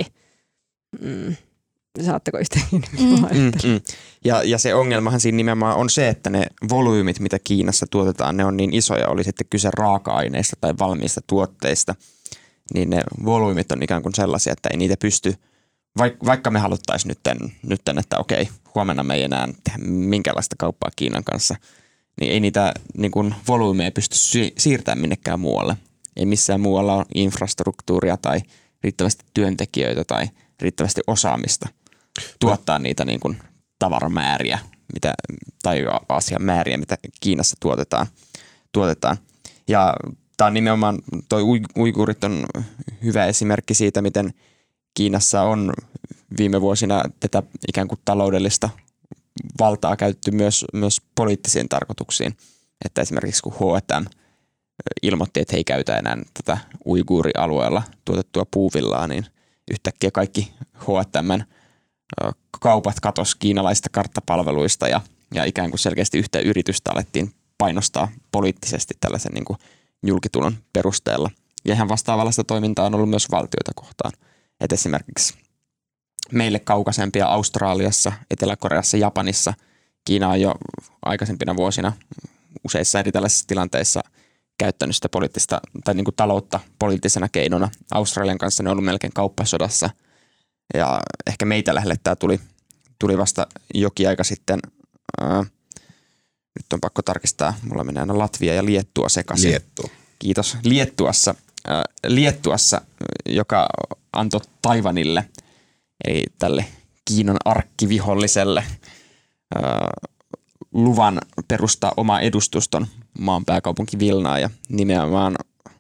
mm, saatteko yhtäkin? Mm, mm, mm. Ja, ja se ongelmahan siinä nimenomaan on se, että ne volyymit, mitä Kiinassa tuotetaan, ne on niin isoja, oli sitten kyse raaka-aineista tai valmiista tuotteista, niin ne volyymit on ikään kuin sellaisia, että ei niitä pysty, vaikka me haluttaisiin nytten, nytten, että okei, huomenna me ei enää tehdä minkäänlaista kauppaa Kiinan kanssa, niin ei niitä niin kuin volyymeja pysty siirtämään minnekään muualle. Ei missään muualla ole infrastruktuuria tai riittävästi työntekijöitä tai riittävästi osaamista tuottaa niitä niin kuin tavaramääriä mitä, tai asiamääriä, mitä Kiinassa tuotetaan. tuotetaan. Ja tämä on nimenomaan, toi uiguurit on hyvä esimerkki siitä, miten Kiinassa on viime vuosina tätä ikään kuin taloudellista valtaa käytetty myös, myös poliittisiin tarkoituksiin. Että esimerkiksi kun H and M ilmoitti, että he ei käytä enää tätä uiguurialueella tuotettua puuvillaa, niin yhtäkkiä kaikki H and M:n kaupat katosi kiinalaisista karttapalveluista ja, ja ikään kuin selkeästi yhtä yritystä alettiin painostaa poliittisesti tällaisen niin kuin julkitulon perusteella. Ja ihan vastaavallista toimintaa on ollut myös valtioita kohtaan. Et esimerkiksi meille kaukaisempia Australiassa, Etelä-Koreassa, Japanissa Kiina on jo aikaisempina vuosina useissa eri tällaisissa tilanteissa käyttänyt sitä poliittista tai niin kuin taloutta poliittisena keinona. Australian kanssa ne on ollut melkein kauppasodassa. Ja ehkä meitä lähelle tämä tuli, tuli vasta jokin aika sitten. Ää, nyt on pakko tarkistaa. Mulla menee aina Latvia ja Liettua sekaisin. Liettua. Kiitos. Liettuassa, ää, Liettuassa, joka antoi Taiwanille, eli tälle Kiinan arkkiviholliselle, ää, luvan perustaa oma edustuston maan pääkaupunki Vilnaan ja nimenomaan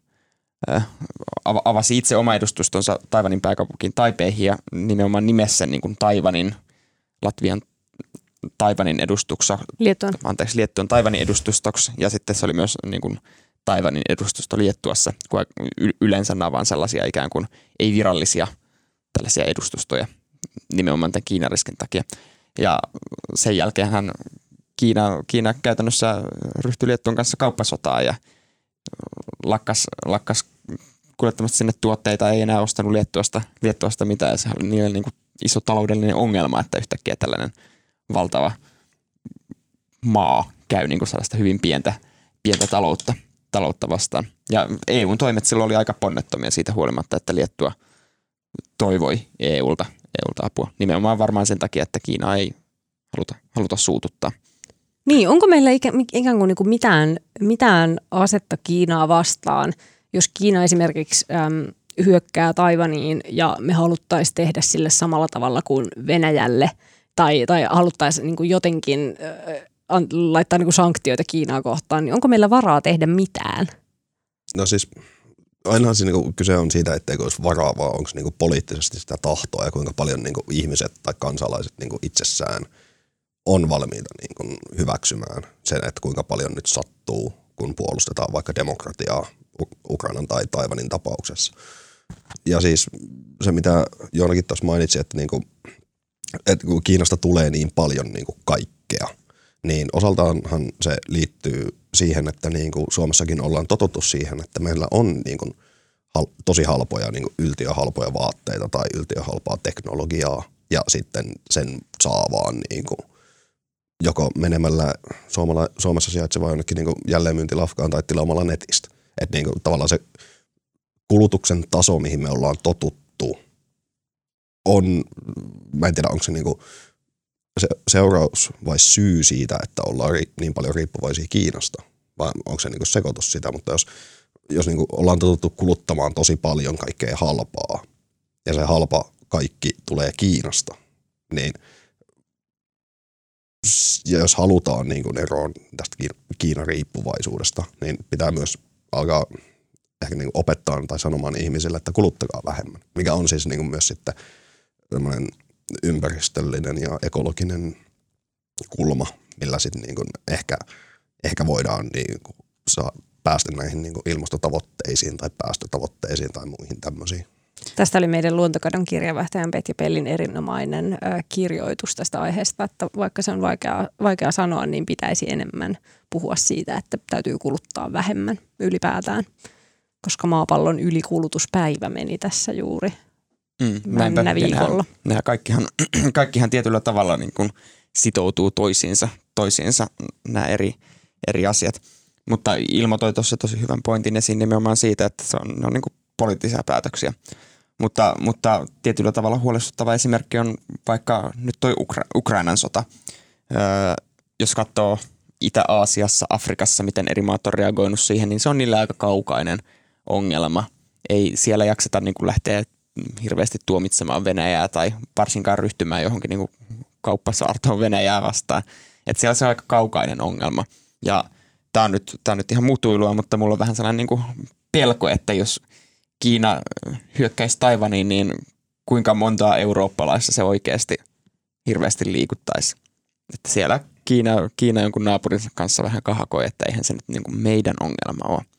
avasi itse oma edustustonsa Taiwanin pääkaupunkiin Taipeihin ja nimenomaan nimessä niin kuin Taiwanin, Latvian Taiwanin edustuksessa, Liettuan. anteeksi, Liettuan Taiwanin edustustoksi ja sitten se oli myös niin kuin Taiwanin edustusto Liettuassa, kun yleensä nämä vaan sellaisia ikään kuin ei-virallisia tällaisia edustustoja, nimenomaan tämän Kiinan riskin takia. Ja sen jälkeen hän Kiina, Kiina käytännössä ryhtyi Liettuan kanssa kauppasotaan ja lakkas, lakkas kuljettamasta sinne tuotteita, ei enää ostanut Liettuasta, Liettuasta mitään. Ja se oli niille niin kuin iso taloudellinen ongelma, että yhtäkkiä tällainen valtava maa käy niin kuin sellaista hyvin pientä, pientä taloutta, taloutta vastaan. Ja E U:n toimet silloin oli aika ponnettomia siitä huolimatta, että Liettua toivoi E U:lta, E U:lta apua. Nimenomaan varmaan sen takia, että Kiina ei haluta, haluta suututtaa. Niin, onko meillä ikä, ikään kuin, niin kuin mitään, mitään asetta Kiinaa vastaan, jos Kiina esimerkiksi äm, hyökkää Taiwaniin ja me haluttaisiin tehdä sille samalla tavalla kuin Venäjälle tai, tai haluttaisiin niin kuin jotenkin äh, laittaa niin kuin sanktioita Kiinaa kohtaan, niin onko meillä varaa tehdä mitään? No siis ainahan siinä niin kyse on siitä, etteikö olisi varaa, vaan onko niin poliittisesti sitä tahtoa ja kuinka paljon niin ihmiset tai kansalaiset niin itsessään on valmiita niin kuin hyväksymään sen, että kuinka paljon nyt sattuu, kun puolustetaan vaikka demokratiaa Ukrainan tai Taiwanin tapauksessa. Ja siis se, mitä Joonakin tuossa mainitsi, että, niin kuin, että kun Kiinasta tulee niin paljon niin kuin kaikkea, niin osaltaanhan se liittyy siihen, että niin kuin Suomessakin ollaan totuttu siihen, että meillä on niin kuin tosi halpoja, niin kuin yltiöhalpoja vaatteita tai yltiöhalpaa teknologiaa ja sitten sen saa vaan niin kuin joko menemällä Suomala, Suomessa sijaitsevaan jonnekin niin kuin jälleenmyyntilafkaan tai tilaamalla netistä. Että niin kuin tavallaan se kulutuksen taso, mihin me ollaan totuttu, on, mä en tiedä onko se, niin kuin se seuraus vai syy siitä, että ollaan ri, niin paljon riippuvaisia Kiinasta, vai onko se niin kuin sekoitus sitä, mutta jos, jos niin kuin ollaan totuttu kuluttamaan tosi paljon kaikkea halpaa ja se halpa kaikki tulee Kiinasta, niin ja jos halutaan niin kuin eroon tästä Kiinan riippuvaisuudesta, niin pitää myös alkaa ehkä niin kuin opettaa tai sanomaan ihmisille, että kuluttakaa vähemmän, mikä on siis niin kuin myös sitten tämmöinen ympäristöllinen ja ekologinen kulma, millä sitten niin kuin ehkä, ehkä voidaan niin kuin saa päästä näihin niin kuin ilmastotavoitteisiin tai päästötavoitteisiin tai muihin tämmöisiin. Tästä oli meidän luontokadon kirjavaihtajan Petja Pellin erinomainen ö, kirjoitus tästä aiheesta, että vaikka se on vaikea, vaikea sanoa, niin pitäisi enemmän puhua siitä, että täytyy kuluttaa vähemmän ylipäätään, koska maapallon ylikulutuspäivä meni tässä juuri mm, mennä viikolla. Nämä, nämä kaikkihan, kaikkihan tietyllä tavalla niin kuin sitoutuu toisiinsa, toisiinsa nämä eri, eri asiat, mutta Ilmo toi tuossa tosi hyvän pointin esiin nimenomaan siitä, että se on, ne on niin kuin poliittisia päätöksiä. Mutta, mutta tietyllä tavalla huolestuttava esimerkki on vaikka nyt toi Ukra- Ukrainan sota. Öö, jos katsoo Itä-Aasiassa, Afrikassa, miten eri maat on reagoinut siihen, niin se on niillä aika kaukainen ongelma. Ei siellä jakseta niin kuin lähteä hirveästi tuomitsemaan Venäjää tai varsinkaan ryhtymään johonkin niin kuin kauppasaartoon Venäjää vastaan. Että siellä se on aika kaukainen ongelma. Ja tämä on nyt, tää on nyt ihan mutuilua, mutta mulla on vähän sellainen niin kuin pelko, että jos Kiina hyökkäisi Taiwaniin, niin kuinka montaa eurooppalaista se oikeasti hirveästi liikuttaisi. Että siellä Kiina, Kiina jonkun naapurinsa kanssa vähän kahakoi, että eihän se nyt niin kuin meidän ongelma ole.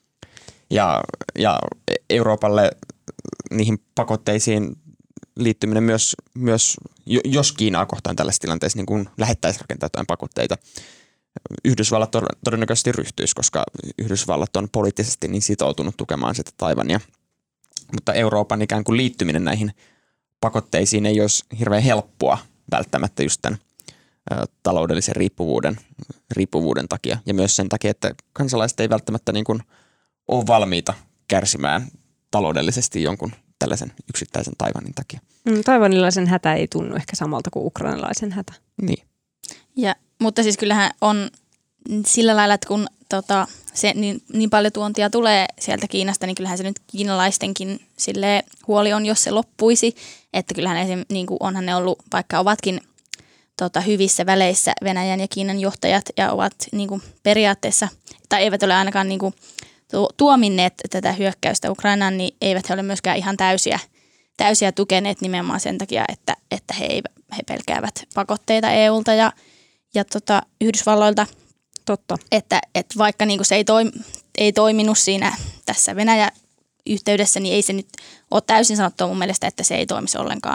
Ja, ja Euroopalle niihin pakotteisiin liittyminen myös, myös jos Kiinaa kohtaan tällaisessa tilanteessa niin kuin lähettäisiin rakentaa jotain pakotteita, Yhdysvallat todennäköisesti ryhtyisi, koska Yhdysvallat on poliittisesti niin sitoutunut tukemaan sitä Taiwania. Mutta Euroopan ikään kuin liittyminen näihin pakotteisiin ei olisi hirveän helppoa välttämättä just tämän ä, taloudellisen riippuvuuden, riippuvuuden takia. Ja myös sen takia, että kansalaiset ei välttämättä niin kuin ole valmiita kärsimään taloudellisesti jonkun tällaisen yksittäisen Taiwanin takia. Mm, taiwanilaisen hätä ei tunnu ehkä samalta kuin ukrainalaisen hätä. Niin. Ja, mutta siis kyllähän on sillä lailla, että kun tota, se niin, niin paljon tuontia tulee sieltä Kiinasta, niin kyllähän se nyt kiinalaistenkin silleen huoli on, jos se loppuisi. Että kyllähän esim, niin kuin onhan ne ollut, vaikka ovatkin tota, hyvissä väleissä Venäjän ja Kiinan johtajat ja ovat niin kuin periaatteessa, tai eivät ole ainakaan niin kuin tuominneet tätä hyökkäystä Ukrainaan, niin eivät he ole myöskään ihan täysiä, täysiä tukeneet nimenomaan sen takia, että, että he, ei, he pelkäävät pakotteita E U:lta ja, ja tota, Yhdysvalloilta. Totta. Että, että vaikka niin kuin se ei, toim, ei toiminut siinä tässä Venäjä-yhteydessä, niin ei se nyt ole täysin sanottua mun mielestä, että se ei toimisi ollenkaan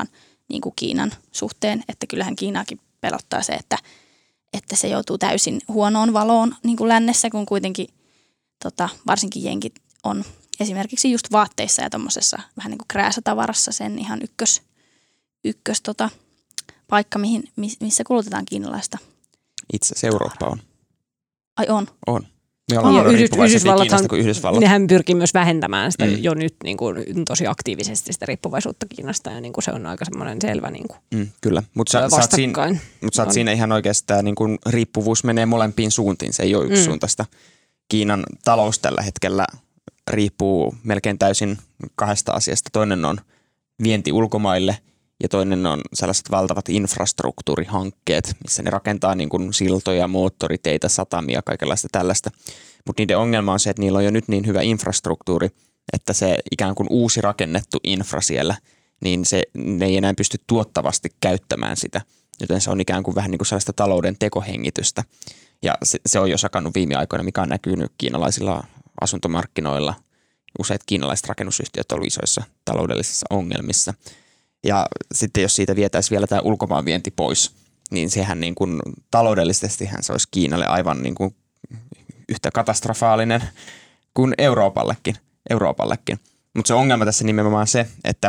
niin kuin Kiinan suhteen, että kyllähän Kiinaakin pelottaa se, että, että se joutuu täysin huonoon valoon niin kuin lännessä, kun kuitenkin tota, varsinkin jenkit on esimerkiksi just vaatteissa ja tuommoisessa vähän niin kuin krääsätavarassa sen ihan ykkös, ykkös tota, paikka, mihin, missä kulutetaan kiinalaista. Itse asiassa Eurooppa on. Ai on? On. Me ollaan Ja riippuvaisia Yhdysvallathan- Kiinasta kuin Yhdysvallat. Nehän pyrkii myös vähentämään sitä Mm. jo nyt niin kuin, tosi aktiivisesti sitä riippuvaisuutta Kiinasta ja niin kuin se on aika semmoinen selvä niin kuin, Mm, kyllä, mutta sä, sä, oot siinä, mut sä oot siinä ihan oikeastaan niin kun riippuvuus menee molempiin suuntiin, se ei ole yksisuuntaista. Mm. Kiinan talous tällä hetkellä riippuu melkein täysin kahdesta asiasta. Toinen on vienti ulkomaille ja toinen on sellaiset valtavat infrastruktuurihankkeet, missä ne rakentaa niin kun siltoja, moottoriteitä, satamia, kaikenlaista tällaista. Mutta niiden ongelma on se, että niillä on jo nyt niin hyvä infrastruktuuri, että se ikään kuin uusi rakennettu infra siellä, niin se, ne ei enää pysty tuottavasti käyttämään sitä. Joten se on ikään kuin vähän niin kuin sellaista talouden tekohengitystä. Ja se, se on jo sakannut viime aikoina, mikä on näkynyt kiinalaisilla asuntomarkkinoilla. Useat kiinalaiset rakennusyhtiöt ovat isoissa taloudellisissa ongelmissa. Ja sitten jos siitä vietäisiin vielä tämä ulkomaanvienti pois, niin sehän niin kuin taloudellisestihän se olisi Kiinalle aivan niin kuin yhtä katastrofaalinen kuin Euroopallekin. Euroopallekin. Mutta se ongelma tässä nimenomaan se, että,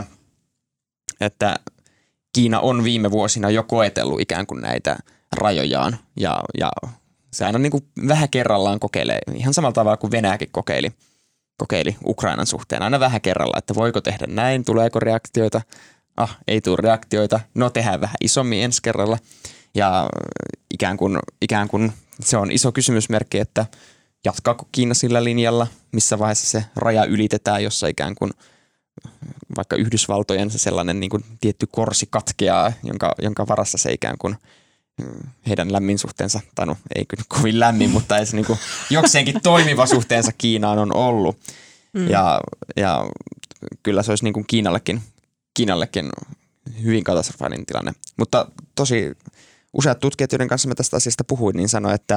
että Kiina on viime vuosina jo koetellut ikään kuin näitä rajojaan ja, ja se aina niin kuin vähän kerrallaan kokeilee, ihan samalla tavalla kuin Venäjäkin kokeili, kokeili Ukrainan suhteen, aina vähän kerrallaan, että voiko tehdä näin, tuleeko reaktioita, ah ei tule reaktioita, no tehdään vähän isommin ensi kerralla ja ikään kuin, ikään kuin se on iso kysymysmerkki, että jatkaako Kiina sillä linjalla, missä vaiheessa se raja ylitetään, jossa ikään kuin vaikka Yhdysvaltojen se sellainen niin kuin tietty korsi katkeaa, jonka, jonka varassa se ikään kuin heidän lämmin suhteensa, tai no ei kyllä kovin lämmin, mutta ei se niin kuin jokseenkin toimiva suhteensa Kiinaan on ollut. Mm. Ja, ja kyllä se olisi niin kuin Kiinallekin, Kiinallekin hyvin katastrofaalinen tilanne. Mutta tosi useat tutkijat, joiden kanssa mä tästä asiasta puhuin, niin sanoi, että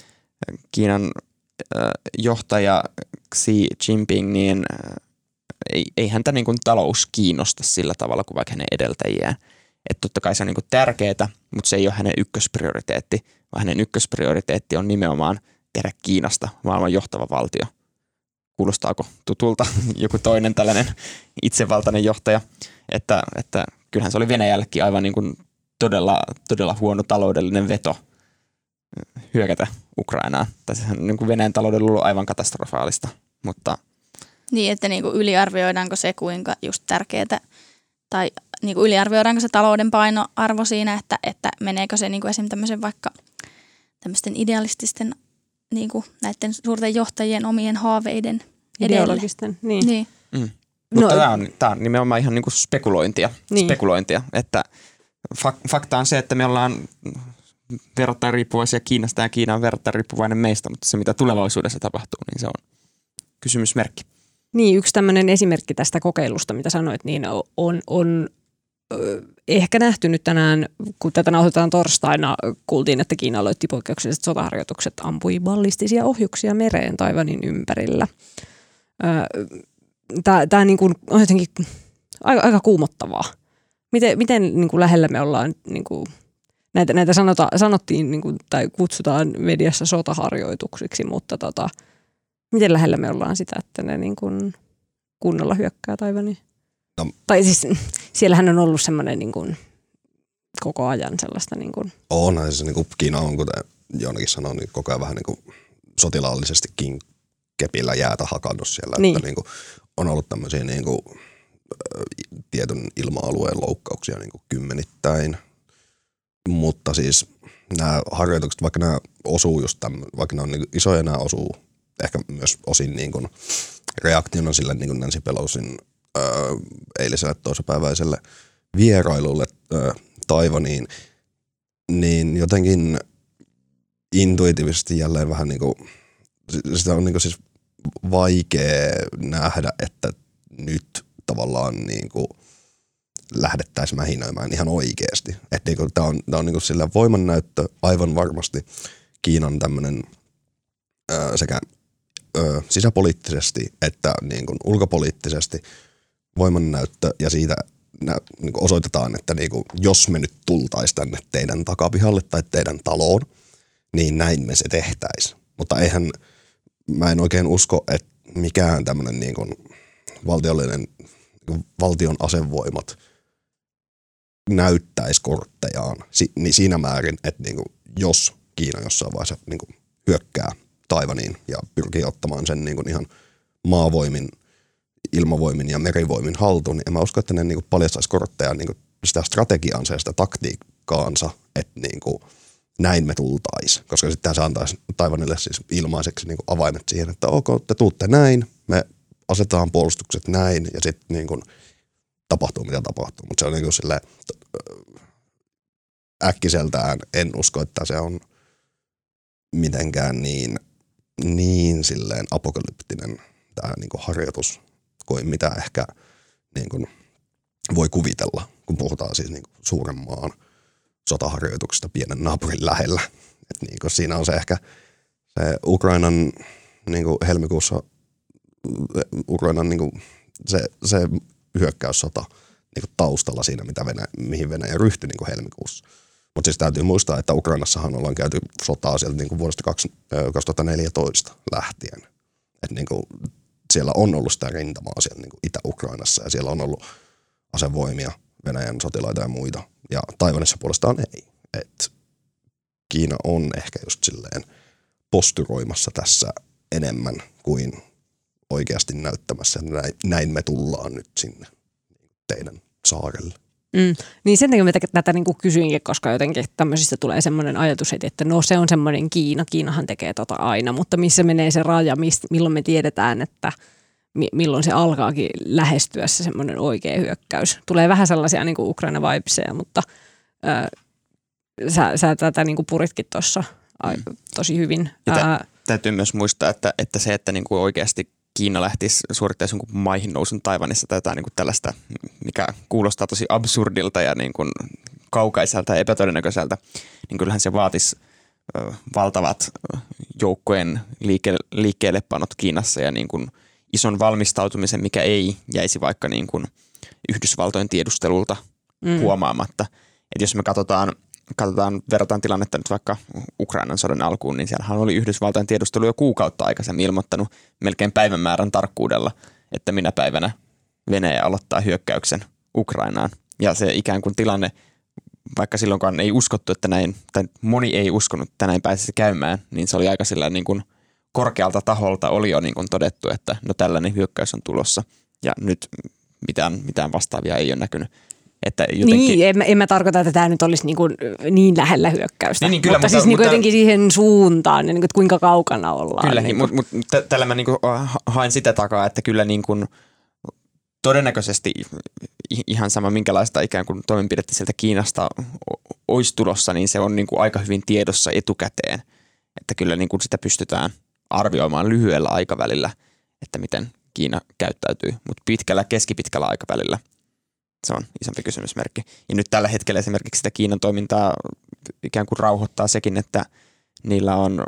Kiinan johtaja Xi Jinping, niin ei, ei häntä niin kuin talous kiinnosta sillä tavalla kuin vaikka hänen edeltäjiään. Että totta kai se on niin kuin tärkeää, mutta se ei ole hänen ykkösprioriteetti, vaan hänen ykkösprioriteetti on nimenomaan tehdä Kiinasta maailman johtava valtio. Kuulostaako tutulta joku toinen tällainen itsevaltainen johtaja, että, että kyllähän se oli Venäjällekin aivan niin kuin todella, todella huono taloudellinen veto hyökätä Ukrainaan. Tai sehän niin kuin Venäjän taloudella on ollut aivan katastrofaalista, mutta niin, että niinku yliarvioidaanko se, kuinka just tärkeää, tai niinku yliarvioidaanko se talouden painoarvo siinä, että, että meneekö se niinku esimerkiksi tämmöisen vaikka tämmöisten idealististen niinku näiden suurten johtajien omien haaveiden edelle. Ideologisten, niin. niin. Mm. Mutta no, tämä on, tämä on nimenomaan ihan niinku spekulointia, niin. spekulointia, että fak- fakta on se, että me ollaan verrattain riippuvaisia Kiinasta ja Kiina on verrattain riippuvainen meistä, mutta se mitä tulevaisuudessa tapahtuu, niin se on kysymysmerkki. Niin, yksi tämmöinen esimerkki tästä kokeilusta, mitä sanoit, niin on, on ö, ehkä nähty nyt tänään, kun tätä nauhoitetaan torstaina, kuultiin, että Kiina aloitti poikkeukselliset sotaharjoitukset, ampui ballistisia ohjuksia mereen Taiwanin ympärillä. Tämä niin kuin on jotenkin aika, aika kuumottavaa. Miten, miten niin kuin lähellä me ollaan, niin kuin, näitä, näitä sanota, sanottiin niin kuin, tai kutsutaan mediassa sotaharjoituksiksi, mutta tota, miten lähellä me ollaan sitä, että ne niin kuin kunnolla hyökkää Taiwaniin? No. Tai siis siellähän on ollut semmoinen niin kuin koko ajan sellaista. Niin kuin onhan se, niin kuin Kiina on, kuten Joonakin sanoi, niin koko ajan vähän niin kuin sotilaallisestikin kepillä jäätä hakannut siellä. Niin. Että niin kuin on ollut tämmöisiä niin kuin tietyn ilma-alueen loukkauksia niin kuin kymmenittäin. Mutta siis nämä harjoitukset, vaikka nämä osuu just tämmöinen, vaikka nämä on niin kuin isoja, nämä osuu ehkä myös osin niin kuin reaktiona sille niin kuin Nancy Pelosin öö, eiliselle toisapäiväiselle vierailulle öö, Taiwaniin, niin jotenkin intuitiivisesti jälleen vähän niin kuin, sitä on niin kuin siis vaikea nähdä, että nyt tavallaan niin kuin lähdettäisiin mähinöimään ihan oikeasti. Että niin kuin, tämä on, tämä on niin kuin sillä voimannäyttö aivan varmasti Kiinan tämmöinen öö, sekä öö, sisäpoliittisesti että niin kuin ulkopoliittisesti voimannäyttö ja siitä nä, niin kuin osoitetaan, että niin kuin, jos me nyt tultaisiin tänne teidän takapihalle tai teidän taloon, niin näin me se tehtäisiin. Mutta eihän, mä en oikein usko, että mikään tämmöinen niin kuin valtiollinen, niin kuin valtion asevoimat näyttäisi korttejaan si, niin siinä määrin, että niin kuin, jos Kiina jossain vaiheessa niin kuin hyökkää Taiwaniin ja pyrkii ottamaan sen niin kuin ihan maavoimin, ilmavoimin ja merivoimin haltuun, niin en mä usko, että ne niin kuin paljastaisi kortteja niin kuin sitä strategiaansa ja sitä taktiikkaansa, että niin kuin näin me tultaisiin. Koska sitten se antaisi Taiwanille siis ilmaiseksi niin kuin avaimet siihen, että ok, te tuutte näin, me asetetaan puolustukset näin ja sitten niin kuin tapahtuu mitä tapahtuu. Mutta se on niin kuin silleen, äkkiseltään en usko, että se on mitenkään niin, niin silleen apokalyptinen tämä niin kuin harjoitus kuin mitä ehkä niin kuin voi kuvitella, kun puhutaan siis niin kuin suuren maan sotaharjoituksesta pienen naapurin lähellä. Et niin kuin siinä on se ehkä se Ukrainan niin kuin helmikuussa Ukrainan niin kuin se, se hyökkäyssota niin kuin taustalla siinä, mitä Venäjä, mihin Venäjä ryhtyi niin kuin helmikuussa. Mutta siis täytyy muistaa, että Ukrainassahan ollaan käyty sotaa sieltä niin kuin vuodesta kaksituhattaneljätoista lähtien. Et niin kuin siellä on ollut sitä rintamaa siellä niin kuin Itä-Ukrainassa ja siellä on ollut asevoimia, Venäjän sotilaita ja muita. Ja Taiwanissa puolestaan ei. Et Kiina on ehkä just silleen posturoimassa tässä enemmän kuin oikeasti näyttämässä, että näin, näin me tullaan nyt sinne teidän saarelle. Mm. Niin sen takia mä tätä niin kuin kysyinkin, koska jotenkin tämmöisistä tulee semmoinen ajatus heti, että no se on semmoinen Kiina, Kiinahan tekee tota aina, mutta missä menee se raja, mist, milloin me tiedetään, että mi, milloin se alkaakin lähestyä se semmoinen oikea hyökkäys. Tulee vähän sellaisia niin kuin Ukraina-vibeseja, mutta äh, sä, sä tätä niin kuin puritkin tuossa mm. tosi hyvin. Tä, täytyy myös muistaa, että, että se, että niin kuin oikeasti Kiina lähtisi suorittamaan jonkun maihin nousun Taiwanissa tai jotain niin kuin tällaista, mikä kuulostaa tosi absurdilta ja niin kuin kaukaiselta ja epätodennäköiseltä, niin kyllähän se vaatisi ö, valtavat joukkojen liike, liikkeelle panot Kiinassa ja niin kuin ison valmistautumisen, mikä ei jäisi vaikka niin kuin Yhdysvaltojen tiedustelulta mm. huomaamatta. Et jos me katsotaan, katsotaan, verrataan tilannetta nyt vaikka Ukrainan sodan alkuun, niin siellähän oli Yhdysvaltain tiedustelu jo kuukautta aikaisemmin ilmoittanut melkein päivämäärän tarkkuudella, että minä päivänä Venäjä aloittaa hyökkäyksen Ukrainaan. Ja se ikään kuin tilanne, vaikka silloinkaan ei uskottu, että näin, tai moni ei uskonut, että näin pääsisi käymään, niin se oli aika sillä niin kuin korkealta taholta oli jo niin kuin todettu, että no tällainen hyökkäys on tulossa. Ja nyt mitään, mitään vastaavia ei ole näkynyt. Että jotenkin... Niin, en, en mä tarkoita, että tämä nyt olisi niin, kuin niin lähellä hyökkäystä, niin, niin, kyllä, mutta, mutta siis mutta, niin kuin jotenkin siihen suuntaan, niin kuin, että kuinka kaukana ollaan. Kyllä, niin mutta mut, t- tällä mä niin kuin haen sitä takaa, että kyllä niin kuin todennäköisesti ihan sama minkälaista ikään kuin toimenpidettä sieltä Kiinasta olisi tulossa, niin se on niin kuin aika hyvin tiedossa etukäteen, että kyllä niin kuin sitä pystytään arvioimaan lyhyellä aikavälillä, että miten Kiina käyttäytyy, mutta pitkällä, keskipitkällä aikavälillä se on isompi kysymysmerkki. Ja nyt tällä hetkellä esimerkiksi sitä Kiinan toimintaa ikään kuin rauhoittaa sekin, että niillä on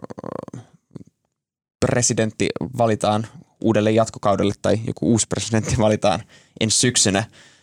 presidentti valitaan uudelle jatkokaudelle tai joku uusi presidentti valitaan ensi syksynä.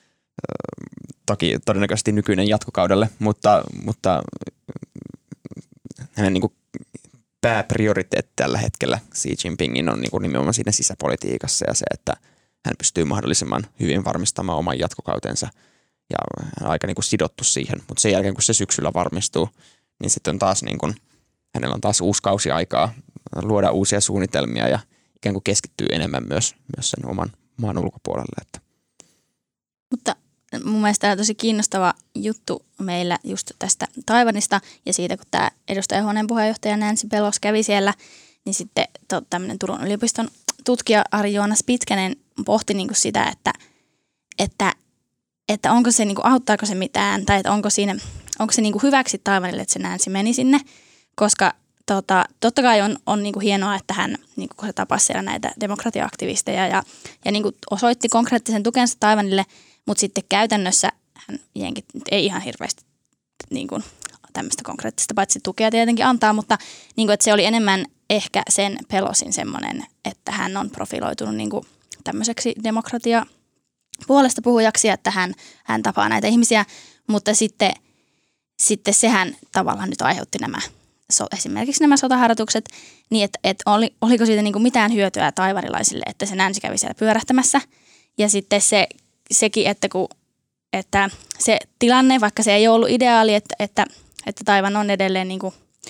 Toki todennäköisesti nykyinen jatkokaudelle, mutta, mutta hänen niin kuin pääprioriteetti tällä hetkellä Xi Jinpingin on niin kuin nimenomaan siinä sisäpolitiikassa ja se, että hän pystyy mahdollisimman hyvin varmistamaan oman jatkokautensa ja hän on aika niin kuin sidottu siihen. Mutta sen jälkeen, kun se syksyllä varmistuu, niin sitten on taas niin kuin, hänellä on taas uusi kausi aikaa luoda uusia suunnitelmia ja ikään kuin keskittyy enemmän myös, myös sen oman maan ulkopuolelle. Että. Mutta mun mielestä tämä on tosi kiinnostava juttu meillä just tästä Taiwanista ja siitä, kun tämä edustajahuoneen puheenjohtaja Nancy Pelosi kävi siellä, niin sitten tämmöinen Turun yliopiston tutkija Ari-Joonas Pitkänen pohti niin kuin sitä, että, että, että onko se, niin kuin, auttaako se mitään tai että onko, siinä, onko se niin kuin hyväksi Taiwanille, että se Nancy meni sinne, koska tota, totta kai on, on niin kuin hienoa, että hän niin kuin, kun se tapasi siellä näitä demokratia-aktivisteja ja, ja niin kuin osoitti konkreettisen tukensa Taiwanille, mutta sitten käytännössä hän jenkit ei ihan hirveästi niin kuin, tämmöistä konkreettista paitsi tukea tietenkin antaa, mutta niin kuin, että se oli enemmän ehkä sen Pelosin semmoinen, että hän on profiloitunut niin kuin tämmöiseksi demokratia puolesta puhujaksi, että hän, hän tapaa näitä ihmisiä, mutta sitten, sitten sehän tavallaan nyt aiheutti nämä, so, esimerkiksi nämä sotaharjoitukset, niin että, että oli, oliko siitä niin kuin mitään hyötyä taivanilaisille, että se Nancy kävi siellä pyörähtämässä. Ja sitten se, sekin, että, kun, että se tilanne, vaikka se ei ollut ideaali, että, että, että Taiwan on edelleen niin kuin,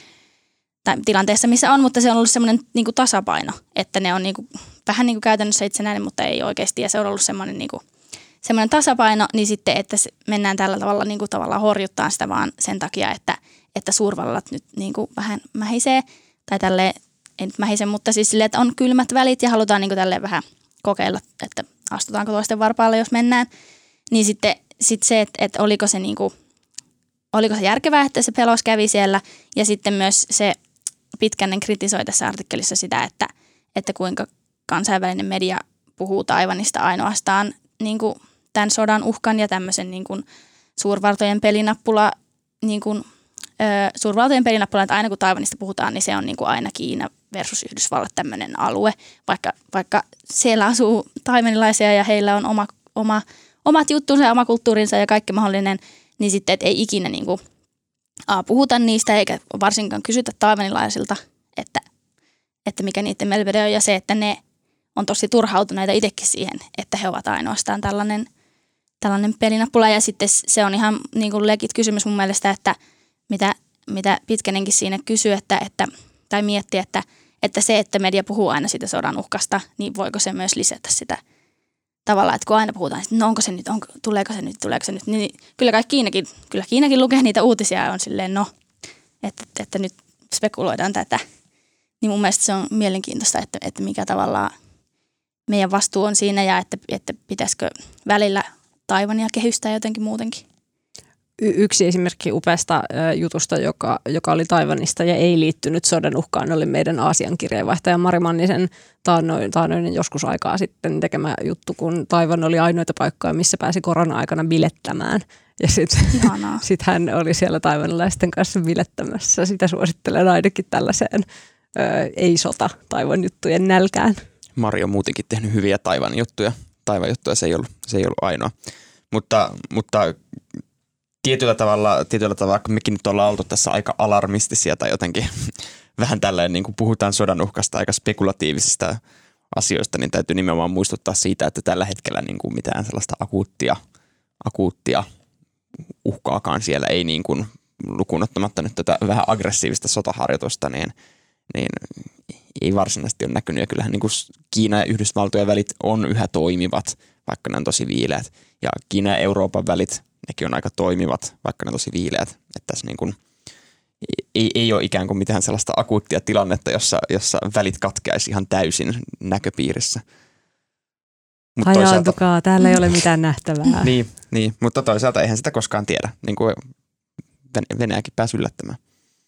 tai tilanteessa, missä on, mutta se on ollut semmoinen niin kuin tasapaino, että ne on niin kuin, vähän niin kuin käytännössä itsenäinen, mutta ei oikeasti. Ja se on ollut semmoinen, niin kuin, semmoinen tasapaino, niin sitten, että mennään tällä tavalla niin kuin, tavallaan horjuttaa sitä vaan sen takia, että, että suurvallat nyt niin kuin, vähän mähisee, tai tälleen, ei nyt mähise, mutta siis silleen, että on kylmät välit ja halutaan niin kuin, tälleen vähän kokeilla, että astutaanko toisten varpaalle, jos mennään. Niin sitten sit se, että, että oliko se niin kuin, oliko se järkevää, että se Pelos kävi siellä, ja sitten myös se Pitkänen kritisoi tässä artikkelissa sitä, että, että kuinka kansainvälinen media puhuu Taiwanista ainoastaan niin kuin tämän sodan uhkan ja tämmöisen niin kuin suurvaltojen pelinappula, niin kuin, ö, suurvaltojen pelinappula, että aina kun Taiwanista puhutaan, niin se on niin kuin aina Kiina versus Yhdysvallat tämmöinen alue, vaikka, vaikka siellä asuu taimenilaisia ja heillä on oma, oma, omat juttunsa ja oma kulttuurinsa ja kaikki mahdollinen, niin sitten, että ei ikinä niin kuin A, puhuta niistä eikä varsinkaan kysytä taiwanilaisilta, että, että mikä niiden mielipide on, ja se, että ne on tosi turhautuneita itsekin siihen, että he ovat ainoastaan tällainen, tällainen pelinappula. Ja sitten se on ihan niin kuin legit kysymys mun mielestä, että mitä, mitä Pitkänenkin siinä kysyy, että, että, tai miettii, että, että se, että media puhuu aina siitä sodan uhkasta, niin voiko se myös lisätä sitä tavallaan, että kun aina puhutaan, että no onko se nyt, onko, tuleeko se nyt, tuleeko se nyt, niin kyllä kai Kiinakin, kyllä Kiinakin lukee niitä uutisia ja on silleen no, että, että nyt spekuloidaan tätä. Niin mun mielestä se on mielenkiintoista, että, että mikä tavallaan meidän vastuu on siinä ja että, että pitäisikö välillä Taiwania kehystää jotenkin muutenkin. Y- yksi esimerkki upeasta ä, jutusta, joka, joka oli Taiwanista ja ei liittynyt sodan uhkaan, oli meidän Aasian kirjeenvaihtaja Mari Mannisen taannoin, taannoin joskus aikaa sitten tekemä juttu, kun Taiwan oli ainoita paikkoja, missä pääsi korona-aikana bilettämään. Ja sitten sit hän oli siellä taiwanilaisten kanssa bilettämässä. Sitä suosittelen ainakin tällaiseen ä, ei-sota Taiwan juttujen nälkään. Mari on muutenkin tehnyt hyviä Taiwan juttuja. Taiwan juttuja se ei ollut, se ei ollut ainoa. Mutta, mutta tietyllä tavalla, tietyllä tavalla, kun mekin nyt ollaan oltu tässä aika alarmistisia tai jotenkin vähän tällainen, niin kuin puhutaan sodan uhkasta aika spekulatiivisista asioista, niin täytyy nimenomaan muistuttaa siitä, että tällä hetkellä niin kuin mitään sellaista akuuttia, akuuttia uhkaakaan siellä ei niin kuin lukuun ottamatta nyt tätä vähän aggressiivista sotaharjoitusta, niin, niin ei varsinaisesti ole näkynyt. Ja kyllähän niin kuin Kiina ja Yhdysvaltojen välit on yhä toimivat, vaikka ne on tosi viileät. Ja Kiina ja Euroopan välit, nekin on aika toimivat, vaikka ne on tosi viileät. Että tässä niin kuin ei, ei ole ikään kuin mitään sellaista akuuttia tilannetta, jossa, jossa välit katkeaisi ihan täysin näköpiirissä. Mut Hajaantukaa, toisaalta, täällä ei ole mitään nähtävää. niin, niin, mutta toisaalta eihän sitä koskaan tiedä, niin kuin Venäjäkin pääsi yllättämään.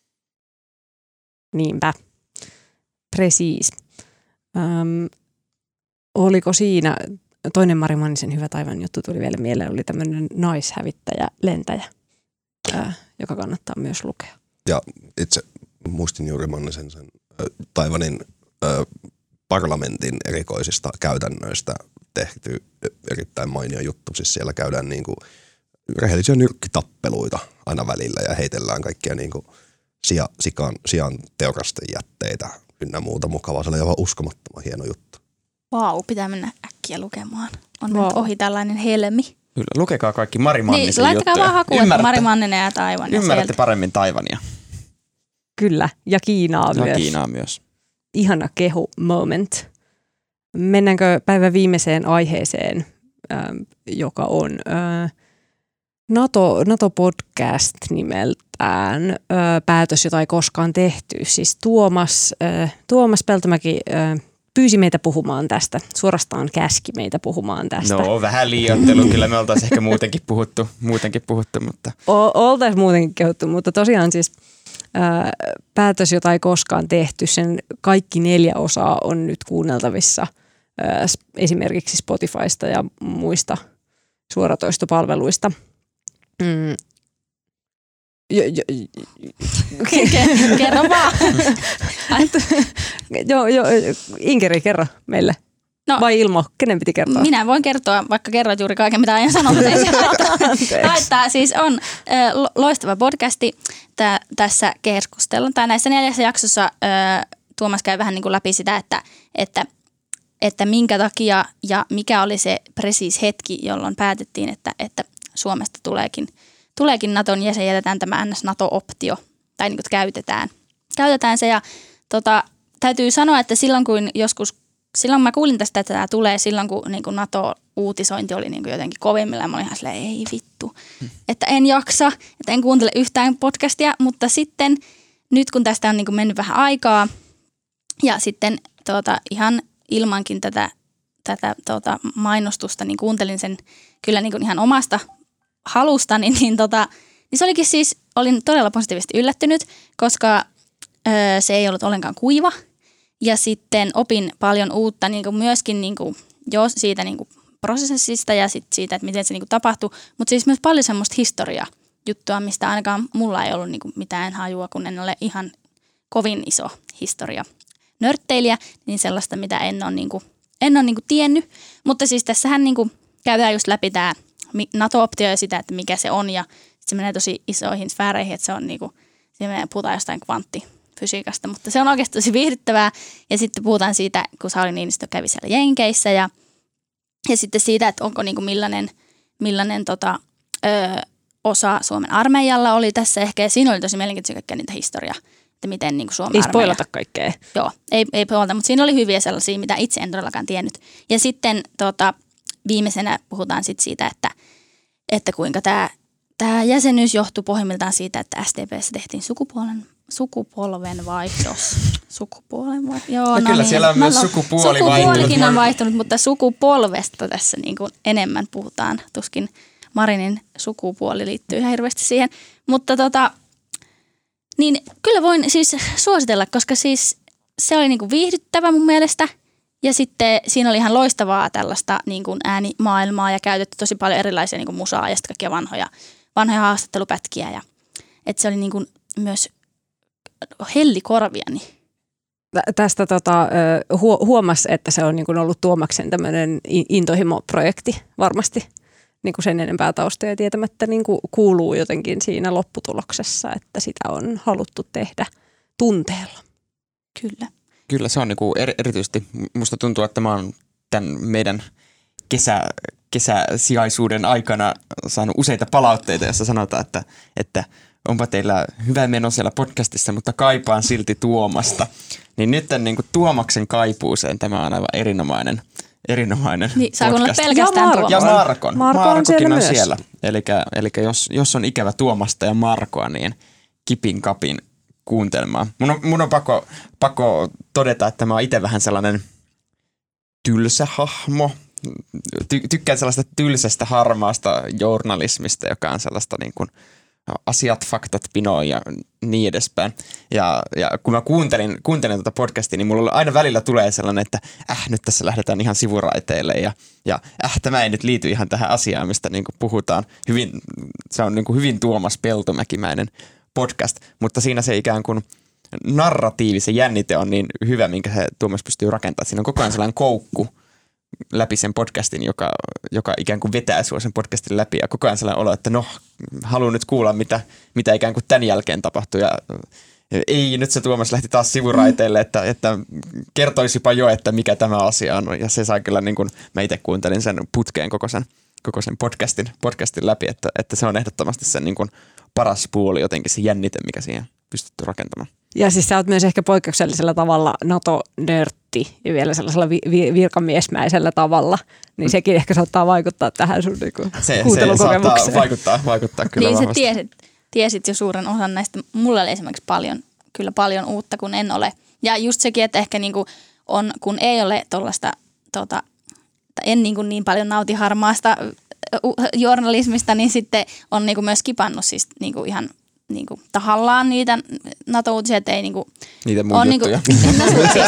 Niinpä. Presiis. Öm, oliko siinä, toinen Mari Mannisen hyvä Taiwan juttu tuli vielä mieleen, oli tämmöinen naishävittäjä, lentäjä, ää, joka kannattaa myös lukea. Ja itse muistin juuri Mannisen sen äh, Taiwanin äh, parlamentin erikoisista käytännöistä tehty erittäin mainio juttu. Siis siellä käydään niinku rehellisiä nyrkkitappeluita aina välillä ja heitellään kaikkia niinku sija, sikan, sian teurasten jätteitä ynnä muuta mukavaa. Se oli aivan uskomattoman hieno juttu. Vau, pitää mennä äkkiä lukemaan. On Wow. nyt ohi tällainen helmi. Kyllä, lukekaa kaikki Mari Mannisen Niin, laittakaa juttuja. vaan hakuun, että Mari Manninen ja Taiwan. Ja Ymmärrätte sieltä. paremmin Taiwania. Kyllä, ja Kiinaa Ja myös. Kiinaa myös. Ihana kehu moment. Mennäänkö päivän viimeiseen aiheeseen, äh, joka on äh, NATO, NATO-podcast nimeltään, äh, päätös, jota ei koskaan tehty. Siis Tuomas, äh, Tuomas Peltomäki äh, pyysi meitä puhumaan tästä, suorastaan käski meitä puhumaan tästä. No, vähän liioittelu. Kyllä me oltaisiin ehkä muutenkin puhuttu, muutenkin puhuttu, mutta O- oltaisiin muutenkin kehuttu, mutta tosiaan siis ää, päätös, jota ei koskaan tehty, sen kaikki neljä osaa on nyt kuunneltavissa ää, esimerkiksi Spotifysta ja muista suoratoistopalveluista. Mm. Jo, jo, Kerro vaan. joo, jo, Inkeri, kerro meille. No, vai Ilmo, kenen piti kertoa? Minä voin kertoa, vaikka kerroit juuri kaiken, mitä aion sanoa, mutta ei se haittaa. Siis on äh, loistava podcasti tää, tässä keskustellaan. Tai näissä neljässä jaksossa äh, Tuomas käy vähän niin kuin läpi sitä, että, että, että minkä takia ja mikä oli se presiis hetki, jolloin päätettiin, että, että Suomesta tuleekin, tuleekin Naton jäsen, jätetään tämä N S-Nato-optio, tai niin kuin käytetään. Käytetään se ja tota, täytyy sanoa, että silloin kun joskus Silloin mä kuulin tästä, että tämä tulee silloin, kun niin kuin NATO-uutisointi oli niin kuin jotenkin kovimmilla. Mä olin ihan silleen, ei vittu, että en jaksa, että en kuuntele yhtään podcastia. Mutta sitten nyt, kun tästä on niin kuin mennyt vähän aikaa ja sitten tuota, ihan ilmankin tätä, tätä tuota, mainostusta, niin kuuntelin sen kyllä niin kuin ihan omasta halustani. Niin, tota, niin se olikin siis, olin todella positiivisesti yllättynyt, koska öö, se ei ollut ollenkaan kuiva. Ja sitten opin paljon uutta niin kuin myöskin niin kuin jo siitä niin kuin prosessista ja sit siitä, että miten se niin kuin tapahtui. Mutta siis myös paljon semmoista historiajuttua, mistä ainakaan mulla ei ollut niin kuin mitään hajua, kun en ole ihan kovin iso historia nörtteilijä, niin sellaista, mitä en ole, niin kuin, en ole niin kuin tiennyt. Mutta siis tässähän niin kuin käydään just läpi tämä NATO-optio ja sitä, että mikä se on. Ja se menee tosi isoihin sfääreihin, että se on niin kuin, siinä puhutaan jostain kvanttifysiikasta, mutta se on oikeasti tosi viihdyttävää. Ja sitten puhutaan siitä, kun Sauli Niinistö kävi siellä Jenkeissä ja, ja sitten siitä, että onko niin kuin millainen, millainen tota, ö, osa Suomen armeijalla oli tässä ehkä. Ja siinä oli tosi mielenkiintoisia kaikkea niitä historiaa, että miten niin kuin Suomen ei armeija... spoilata kaikkea. Joo, ei, ei spoilata, mutta siinä oli hyviä sellaisia, mitä itse en todellakaan tiennyt. Ja sitten tota, viimeisenä puhutaan sitten siitä, että, että kuinka tämä Tämä jäsenyys johtui pohjimmiltaan siitä, että S D P:ssä tehtiin sukupuolen, sukupolven vaihdos. Sukupuolen vaihdos. Joo, no, no kyllä niin. siellä on no, myös no, sukupuoli Sukupuolikin vaihtunut. on vaihtunut, mutta sukupolvesta tässä niin kuin enemmän puhutaan. Tuskin Marinin sukupuoli liittyy ihan hirveästi siihen. Mutta tota, niin kyllä voin siis suositella, koska siis se oli niin kuin viihdyttävä mun mielestä. Ja sitten siinä oli ihan loistavaa tällaista niin kuin äänimaailmaa ja käytetty tosi paljon erilaisia niin kuin musaa ja sitten kaikkia vanhoja, vanhoja haastattelupätkiä. Ja, että se oli niin kuin myös helli korviani. Tästä tota, hu- huomasi, että se on niin kuin ollut Tuomaksen tämmöinen intohimo-projekti varmasti. Niin kuin sen enempää taustoja tietämättä niin kuin kuuluu jotenkin siinä lopputuloksessa, että sitä on haluttu tehdä tunteella. Kyllä. Kyllä se on niinku er, erityisesti, musta tuntuu, että mä oon tämän meidän kesä, kesäsijaisuuden aikana saanut useita palautteita, joissa sanotaan, että, että onpa teillä hyvä meno siellä podcastissa, mutta kaipaan silti Tuomasta. Niin nyt tämän niinku Tuomaksen kaipuuseen tämä on aivan erinomainen, erinomainen niin, podcast. Saako olla pelkästään Tuomas? Ja Markon. Marko on Markokin siellä on myös. siellä. Elikkä, elikkä jos, jos on ikävä Tuomasta ja Markoa, niin kipin kapin kuuntelemaan. Mun on, mun on pakko, pakko todeta, että mä oon itse vähän sellainen tylsä hahmo. Ty, tykkään sellaista tylsästä harmaasta journalismista, joka on sellaista niin kuin asiat, faktat, pinoa ja niin edespäin. Ja, ja kun mä kuuntelin, kuuntelin tuota podcastia, niin mulla aina välillä tulee sellainen, että äh, nyt tässä lähdetään ihan sivuraiteille ja, ja äh, tämä ei nyt liity ihan tähän asiaan, mistä niin kuin puhutaan. Hyvin, se on niin kuin hyvin Tuomas Peltomäkimäinen podcast, mutta siinä se ikään kuin narratiivi, se jännite on niin hyvä, minkä se Tuomas pystyy rakentamaan. Siinä on koko ajan sellainen koukku läpi sen podcastin, joka, joka ikään kuin vetää sua sen podcastin läpi ja koko ajan sellainen olo, että no, haluan nyt kuulla, mitä, mitä ikään kuin tämän jälkeen tapahtui ja ei, nyt se Tuomas lähti taas sivuraiteille, että, että kertoisipa jo, että mikä tämä asia on ja se sai kyllä niin kuin, mä itse kuuntelin sen putkeen koko sen, koko sen podcastin, podcastin läpi, että, että se on ehdottomasti sen niin kuin paras puoli jotenkin se jännite, mikä siihen pystytty rakentamaan. Ja siis sä oot myös ehkä poikkeuksellisella tavalla NATO-nörtti ja vielä sellaisella vi- vi- virkamiesmäisellä tavalla, niin mm. sekin ehkä saattaa vaikuttaa tähän sun niinku se, kuuntelukokemukseen. Se saattaa vaikuttaa, vaikuttaa kyllä niin vahvasti. Niin sä tiesit, tiesit jo suuren osan näistä. Mulla oli esimerkiksi paljon, kyllä paljon uutta, kun en ole. Ja just sekin, että ehkä niinku on, kun ei ole tuollaista, tota, en niinku niin paljon nauti harmaasta journalismista, niin sitten on niinku myös kipannut siis niinku ihan niinku tahallaan niitä NATO-uutisia, että ei niinku... Niitä mun juttuja. Niinku, no, siis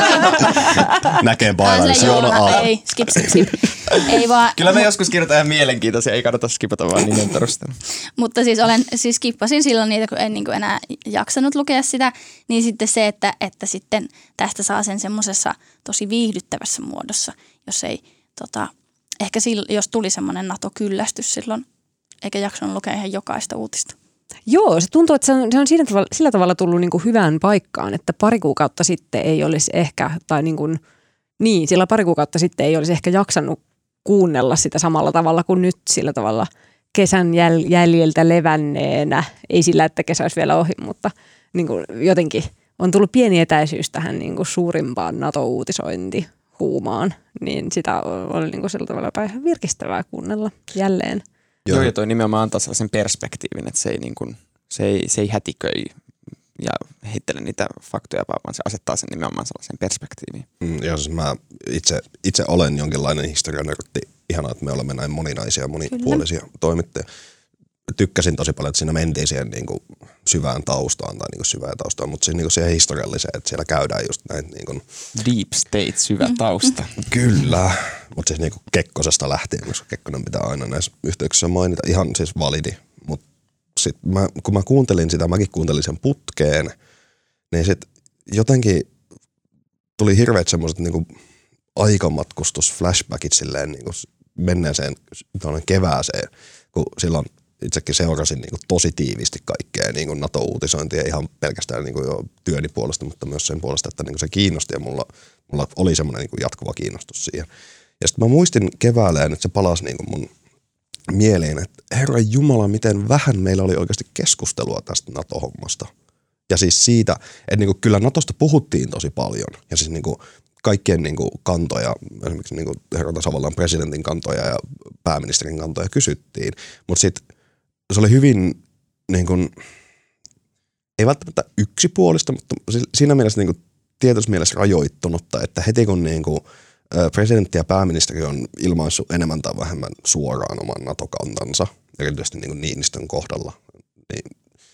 näkee bailarissa. Ei, skip, skip, skip. Ei vaan... Kyllä me joskus kirjoitetaan ihan mielenkiintoisia, ei kannata skipata vaan niiden perusteella. Mutta siis olen, siis skippasin silloin niitä, kun en niinku enää jaksanut lukea sitä, niin sitten se, että, että sitten tästä saa sen semmoisessa tosi viihdyttävässä muodossa, jos ei tota... Ehkä silloin, jos tuli semmoinen NATO-kyllästys silloin, eikä jaksanut lukea ihan jokaista uutista. Joo, se tuntuu, että se on, se on sillä, tavalla, sillä tavalla tullut niin kuin hyvään paikkaan, että pari kuukautta sitten ei olisi ehkä, tai niin kuin, niin, sillä pari kuukautta sitten ei olisi ehkä jaksanut kuunnella sitä samalla tavalla kuin nyt sillä tavalla kesän jäl, jäljiltä levänneenä. Ei sillä, että kesä olisi vielä ohi, mutta niin kuin jotenkin on tullut pieni etäisyys tähän niin kuin suurimpaan NATO-uutisointihuumaan, niin sitä oli niin kuin sillä tavalla ihan virkistävää kuunnella jälleen. Joo, ja toi nimenomaan antaa sellaisen perspektiivin, että se ei, niin kuin, se ei, se ei hätiköi ja heittele niitä faktoja, vaan se asettaa sen nimenomaan sellaisen perspektiiviin. Mm, ja siis mä itse, itse olen jonkinlainen historianörtti. Ihanaa, että me olemme näin moninaisia ja monipuolisia Kyllä. toimittajia. Tykkäsin tosi paljon, että siinä mentiin siihen niin kuin syvään taustaan tai niin kuin syvään taustaan, mutta niin kuin siihen historialliseen, että siellä käydään just näin. Niin kuin Deep state, syvä tausta. Kyllä, mutta siis niin kuin Kekkosesta lähtien, koska Kekkonen pitää aina näissä yhteyksissä mainita, ihan siis validi. Mutta sitten mä, kun mä kuuntelin sitä, mäkin kuuntelin sen putkeen, niin sitten jotenkin tuli hirveät semmoiset niin kuin aikamatkustus, flashbackit silleen niin kuin menneeseen kevääseen, kun silloin itsekin seurasin niin kuin tosi tiiviisti kaikkea niin kuin NATO-uutisointia ihan pelkästään niin kuin jo työni puolesta, mutta myös sen puolesta, että niin kuin se kiinnosti ja mulla, mulla oli semmoinen niin kuin jatkuva kiinnostus siihen. Ja sitten mä muistin keväällä, että se palasi niin kuin mun mieleen, että herra jumala, miten vähän meillä oli oikeasti keskustelua tästä NATO-hommasta. Ja siis siitä, että niin kuin kyllä NATOsta puhuttiin tosi paljon ja siis niin kuin kaikkien niin kuin kantoja, esimerkiksi niin kuin herran tasavallan presidentin kantoja ja pääministerin kantoja kysyttiin, mutta sitten se oli hyvin, niin kuin, ei välttämättä yksipuolista, mutta siinä mielessä niin kuin tietyssä mielessä rajoittunutta, että heti kun niin kuin, presidentti ja pääministeri on ilmaissut enemmän tai vähemmän suoraan oman NATO-kantansa, erityisesti niin kuin Niinistön kohdalla, niin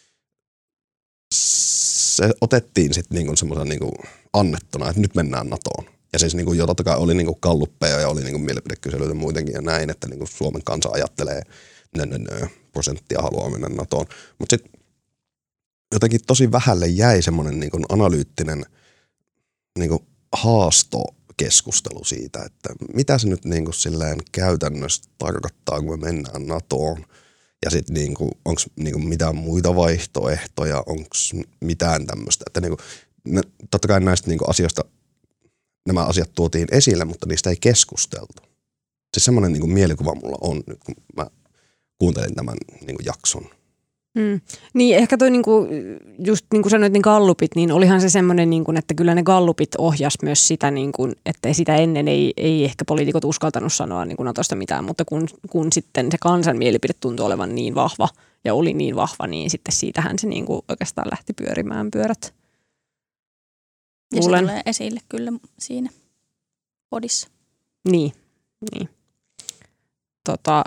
se otettiin sitten niin kuin semmoisen niin kuin annettuna, että nyt mennään NATOon. Ja siis niin kuin jo totta kai oli niin kuin galluppeja ja oli niin kuin mielipidekyselyitä muitenkin ja näin, että niin kuin Suomen kansa ajattelee, nö, nö, nö, prosenttia haluaa mennä NATOon. Mutta sitten jotenkin tosi vähälle jäi semmoinen niin kuin analyyttinen niin kuin haastokeskustelu siitä, että mitä se nyt niin kuin silleen käytännössä tarkoittaa, kun me mennään NATOon. Ja sitten niinku, onko niinku mitään muita vaihtoehtoja, onko mitään tämmöistä. Että niinku, ne, totta kai näistä niinku asioista, nämä asiat tuotiin esille, mutta niistä ei keskusteltu. Siis semmoinen niinku mielikuva mulla on nyt, kun mä kuuntelin tämän niinku jakson. Mm. Niin ehkä toi niinku, just niin kuin sanoit, niin gallupit, niin olihan se semmoinen, niin kuin, että kyllä ne gallupit ohjas myös sitä, niin kuin, että sitä ennen ei, ei ehkä poliitikot uskaltanut sanoa niin kuin NATOsta mitään, mutta kun, kun sitten se kansan mielipide tuntui olevan niin vahva ja oli niin vahva, niin sitten siitähän se niin kuin oikeastaan lähti pyörimään pyörät. Ja se tulee esille kyllä siinä podissa. Niin, niin. Tota...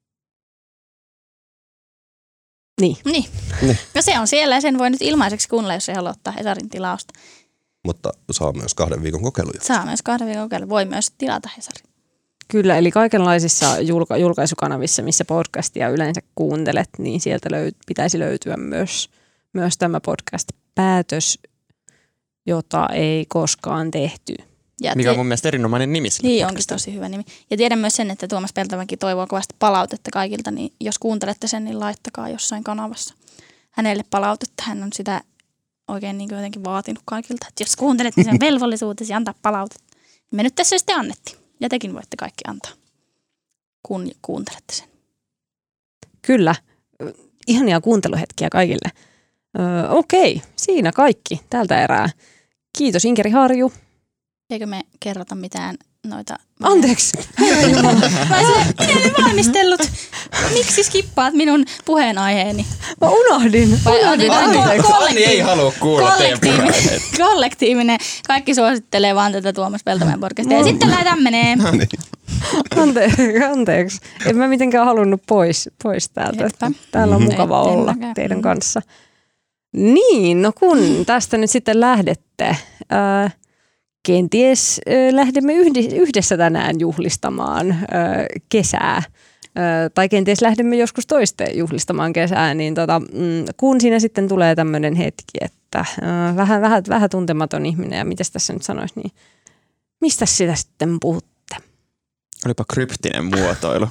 Niin. Niin. niin. No se on siellä ja sen voi nyt ilmaiseksi kuunnella, jos ei halua ottaa Hesarin tilausta. Mutta saa myös kahden viikon kokeiluja. Saa myös kahden viikon kokeiluja. Voi myös tilata Hesarin. Kyllä, eli kaikenlaisissa julka- julkaisukanavissa, missä podcastia yleensä kuuntelet, niin sieltä löy- pitäisi löytyä myös, myös tämä podcast-päätös, jota ei koskaan tehty. Ja mikä on mun mielestä erinomainen nimi. Niin, onkin tosi hyvä nimi. Ja tiedän myös sen, että Tuomas Peltomäki toivoo kovasti palautetta kaikilta, niin jos kuuntelette sen, niin laittakaa jossain kanavassa hänelle palautetta. Hän on sitä oikein niin kuin jotenkin vaatinut kaikilta, että jos kuuntelet, niin sen velvollisuutesi antaa palautetta. Me nyt tässä sitten annettiin. Ja tekin voitte kaikki antaa, kun kuuntelette sen. Kyllä. Ihania kuunteluhetkiä kaikille. Öö, okei, siinä kaikki tältä erää. Kiitos Inkeri Harju. Eikö me kerrota mitään noita... Anteeksi! Mä en valmistellut. Miksi skippaat minun puheenaiheeni? Mä unohdin. Vai unohdin. Anni ei halua kuulla teidän puheenaiheet. Kollektiivinen. Kaikki suosittelee vaan tätä Tuomas Peltomäen podcastia. Ja sitten lähdetään menee. Ante- anteeksi. En mä mitenkään halunnut pois, pois täältä. Etpä. Täällä on Mhm. mukava En- en olla mäkään. teidän Mhm. kanssa. Niin, no kun tästä nyt sitten lähdette, ää, kenties ää, lähdemme yhdi- yhdessä tänään juhlistamaan ää, kesää. Ää, tai kenties lähdemme joskus toisten juhlistamaan kesää, niin tota, mm, kun siinä sitten tulee tämmöinen hetki, että ää, vähän, vähän, vähän tuntematon ihminen, ja mitäs tässä nyt sanoisi, niin mistä sitä sitten puhutte? Olipa kryptinen muotoilu.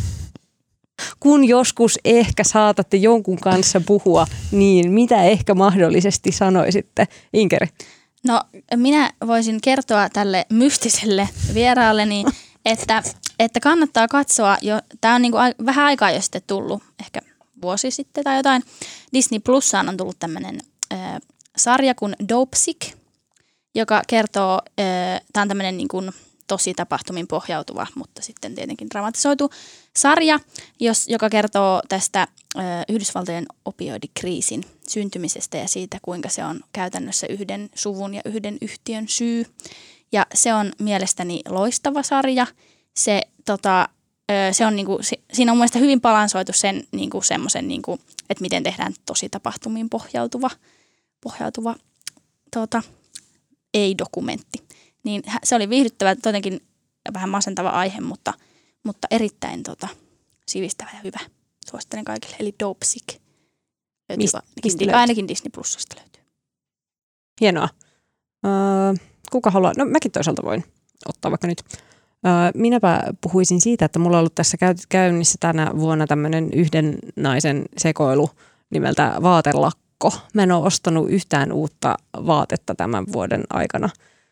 Kun joskus ehkä saatatte jonkun kanssa puhua, niin mitä ehkä mahdollisesti sanoisitte? Inkeri. No minä voisin kertoa tälle mystiselle vieraalleni, että, että kannattaa katsoa, jo, tämä on niinku a, vähän aikaa jo sitten tullut, ehkä vuosi sitten tai jotain. Disney Plussaan on tullut tämmöinen äh, sarja kuin Dopesick, joka kertoo, äh, tämä on tämmöinen niinku tosi tapahtumiin pohjautuva, mutta sitten tietenkin dramatisoitu sarja, jos, joka kertoo tästä ö, Yhdysvaltojen opioidikriisin syntymisestä ja siitä, kuinka se on käytännössä yhden suvun ja yhden yhtiön syy. Ja se on mielestäni loistava sarja. Se, tota, ö, se on niinku, se, siinä on mun mielestä hyvin balansoitu sen niinku, semmoisen, niinku, että miten tehdään tosi tapahtumiin pohjautuva, pohjautuva tota, ei-dokumentti. Niin se oli viihdyttävä, jotenkin vähän masentava aihe, mutta, mutta erittäin tota, sivistävä ja hyvä. Suosittelen kaikille. Eli Dopesick. Löytyy Mist, ainakin, mistä di- löytyy? ainakin Disney Plusasta löytyy. Hienoa. Öö, kuka haluaa? No mäkin toisaalta voin ottaa vaikka nyt. Öö, minäpä puhuisin siitä, että mulla on ollut tässä käy- käynnissä tänä vuonna tämmöinen yhden naisen sekoilu nimeltä vaatelakko. Mä en ole ostanut yhtään uutta vaatetta tämän vuoden aikana.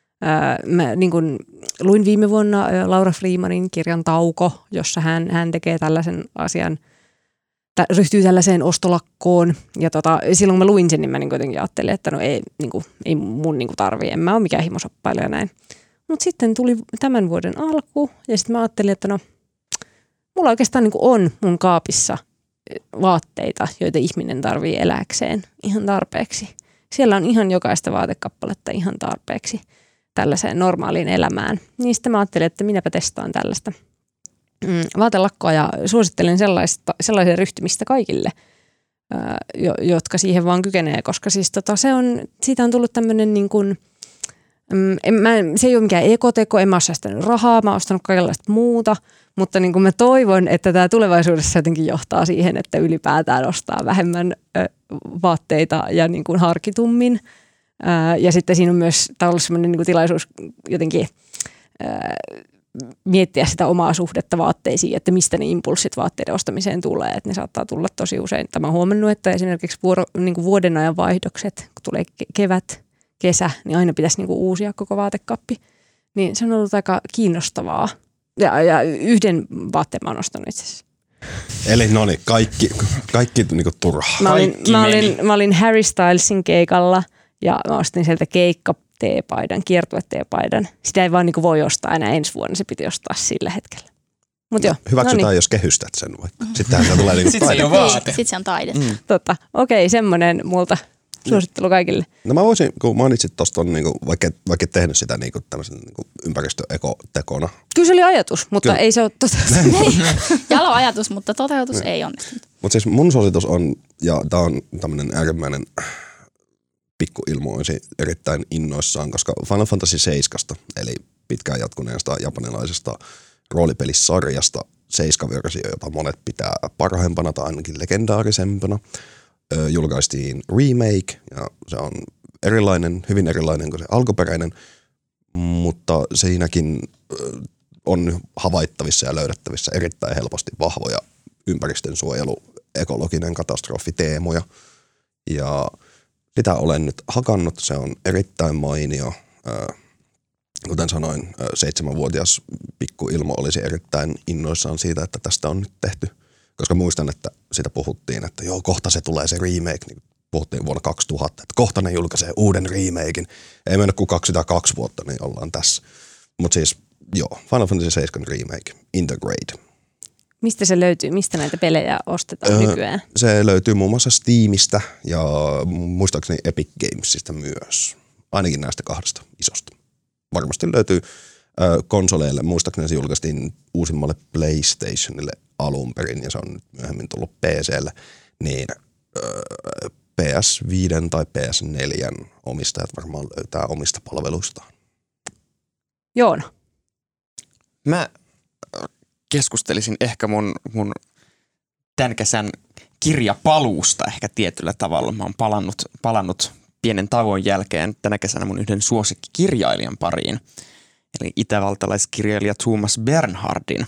Mä niin kun luin viime vuonna Laura Freemanin kirjan Tauko, jossa hän, hän tekee tällaisen asian, tä, ryhtyy tällaiseen ostolakkoon. Ja tota, silloin kun mä luin sen, niin mä niin kuitenkin ajattelin, että no ei, niin kuin, ei mun niin tarvii, en mä ole mikään himosoppailija näin. Mutta sitten tuli tämän vuoden alku ja sitten mä ajattelin, että no mulla oikeastaan niin on mun kaapissa vaatteita, joita ihminen tarvii elääkseen ihan tarpeeksi. Siellä on ihan jokaista vaatekappaletta ihan tarpeeksi tällaiseen normaaliin elämään. Niin sitten mä ajattelin, että minäpä testaan tällaista mm, vaatelakkoa ja suosittelen sellaista, sellaisen ryhtymistä kaikille, ää, jo, jotka siihen vaan kykenee, koska siis tota, se on, siitä on tullut tämmöinen niin kuin, mm, en, mä, se ei ole mikään ekoteko, en mä ole säästänyt rahaa, mä oon ostanut kaikenlaista muuta, mutta niin kuin mä toivon, että tämä tulevaisuudessa jotenkin johtaa siihen, että ylipäätään ostaa vähemmän ö, vaatteita ja niin kuin harkitummin. Ää, ja sitten siinä on myös ollut sellainen niin kuin tilaisuus jotenkin ää, miettiä sitä omaa suhdetta vaatteisiin, että mistä ne impulssit vaatteiden ostamiseen tulee. Että ne saattaa tulla tosi usein. Tämä on huomannut, että esimerkiksi vuoro, niin kuin vuoden ajan vaihdokset, kun tulee kevät, kesä, niin aina pitäisi niin kuin uusia koko vaatekappi. Niin se on ollut aika kiinnostavaa. Ja, ja yhden vaatteen mä oon ostanut itse asiassa. Eli no niin, kaikki, kaikki niinku turhaa. Mä olin, Kaikki mä, meni. olin, mä olin Harry Stylesin keikalla ja mä ostin sieltä keikkateepaidan, kiertueteepaidan. Sitä ei vaan niinku voi ostaa enää ensi vuonna, se piti ostaa sillä hetkellä. Mut joo, Hyväksytään, no niin, jos kehystät sen vaikka. Sittenhän se tulee niinku Sitten se ei taide. ole vaate. Sitten se on taidetta. Mm. tota, okei, semmoinen multa suosittelu kaikille. No mä voisin, kun mainitsit tuosta, niinku, vaikka, et- vaikka et tehnyt sitä niinku, tämmöisen niinku ympäristöekotekona. Kyllä se oli ajatus, mutta Kyllä. ei se ole toteutunut. Jalo ajatus, mutta toteutus ei onnistunut. Mutta siis mun suositus on, ja tää on tämmönen äärimmäinen pikkuilmo, olisi erittäin innoissaan, koska Final Fantasy seitsemän, eli pitkään jatkuneesta japanilaisesta roolipelissarjasta seiska-versio, jota monet pitää parhaimpana tai ainakin legendaarisempana, ö, julkaistiin remake, ja se on erilainen, hyvin erilainen kuin se alkuperäinen, mutta siinäkin ö, on havaittavissa ja löydettävissä erittäin helposti vahvoja ympäristönsuojelu, ekologinen katastrofiteemoja, ja sitä olen nyt hakannut, se on erittäin mainio. Kuten sanoin, seitsemänvuotias pikkuilmo olisi erittäin innoissaan siitä, että tästä on nyt tehty. Koska muistan, että sitä puhuttiin, että joo, kohta se tulee se remake. Niin puhuttiin vuonna kaksituhatta, että kohta ne julkaisee uuden remakein. Ei mennyt kuin kaksikymmentäkaksi vuotta, niin ollaan tässä. Mutta siis joo, Final Fantasy seitsemän remake, Intergrade. Mistä se löytyy? Mistä näitä pelejä ostetaan Öö, nykyään? Se löytyy muun muassa Steamista ja muistaakseni Epic Gamesista myös. Ainakin näistä kahdesta isosta. Varmasti löytyy ö, konsoleille. Muistaakseni se julkaistiin uusimmalle PlayStationille alun perin ja se on nyt myöhemmin tullut P C:lle. Niin ö, P S viisi tai P S neljä omistajat varmaan löytää omista palveluistaan. Joona. Mä keskustelisin ehkä mun, mun tämän kesän kirjapaluusta ehkä tietyllä tavalla. Mä oon palannut, palannut pienen tauon jälkeen tänä kesänä mun yhden suosikkikirjailijan pariin. Eli itävaltalaiskirjailija Thomas Bernhardin,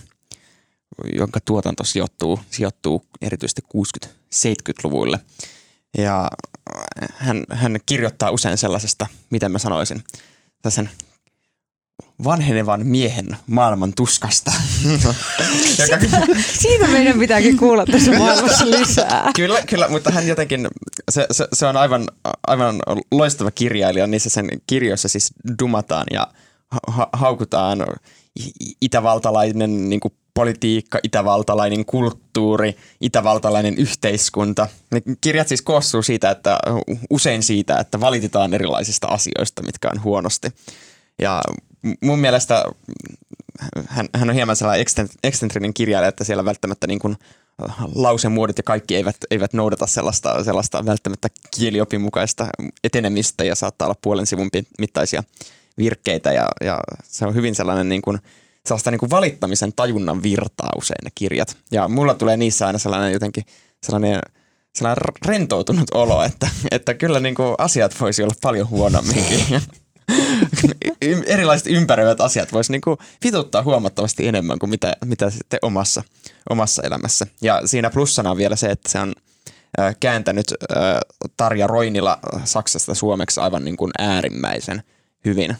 jonka tuotanto sijoittuu, sijoittuu erityisesti kuusikymmentä-seitsemänkymmentäluvuille. Ja hän, hän kirjoittaa usein sellaisesta, miten mä sanoisin, sen vanhenevan miehen maailman tuskasta. Sitä, siitä meidän pitääkin kuulla tässä maailmassa lisää. Kyllä, kyllä, mutta hän jotenkin, se, se, se on aivan, aivan loistava kirjailija. Niissä sen kirjoissa siis dumataan ja ha- haukutaan itävaltalainen niin kuin politiikka, itävaltalainen kulttuuri, itävaltalainen yhteiskunta. Ne kirjat siis koostuu siitä, että usein siitä, että valitetaan erilaisista asioista, mitkä on huonosti. Ja mun mielestä hän, hän on hieman sellainen ekstentrinen kirjailija, että siellä välttämättä niin kuin lausemuodot ja kaikki eivät, eivät noudata sellaista, sellaista välttämättä kieliopin mukaista etenemistä ja saattaa olla puolen sivun mittaisia virkkeitä ja, ja se on hyvin sellainen niin kuin, sellaista niin kuin valittamisen tajunnan virtaa usein ne kirjat. Ja mulla tulee niissä aina sellainen jotenkin sellainen, sellainen rentoutunut olo, että, että kyllä niin kuin asiat voisi olla paljon huonomminkin. Erilaiset ympäröivät asiat voisi niinku vituttaa huomattavasti enemmän kuin mitä, mitä sitten omassa, omassa elämässä. Ja siinä plussana on vielä se, että se on äh, kääntänyt äh, Tarja Roinila Saksasta suomeksi aivan niin kuin äärimmäisen hyvin.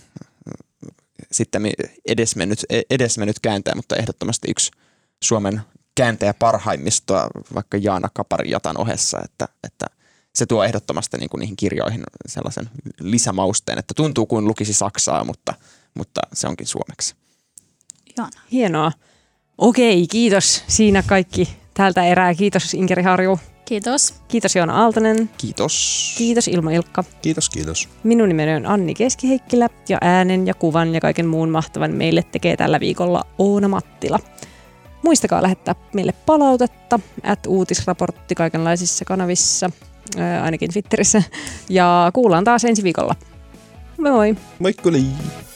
Sitten edesmennyt, edesmennyt kääntäjä, mutta ehdottomasti yksi Suomen kääntäjä parhaimmistoa vaikka Jaana Kapari-Jatan ohessa, että, että se tuo ehdottomasti niin kuin niihin kirjoihin sellaisen lisämausteen, että tuntuu kuin lukisi saksaa, mutta, mutta se onkin suomeksi. Joona. Hienoa. Okei, kiitos. Siinä kaikki tältä erää. Kiitos Inkeri Harju. Kiitos. Kiitos Joona Aaltonen. Kiitos. Kiitos Ilma Ilkka. Kiitos, kiitos. Minun nimeni on Anni Keskiheikkilä ja äänen ja kuvan ja kaiken muun mahtavan meille tekee tällä viikolla Oona Mattila. Muistakaa lähettää meille palautetta, at uutisraportti kaikenlaisissa kanavissa, ää, ainakin Twitterissä. Ja kuullaan taas ensi viikolla. Moi moi! Moikkuli!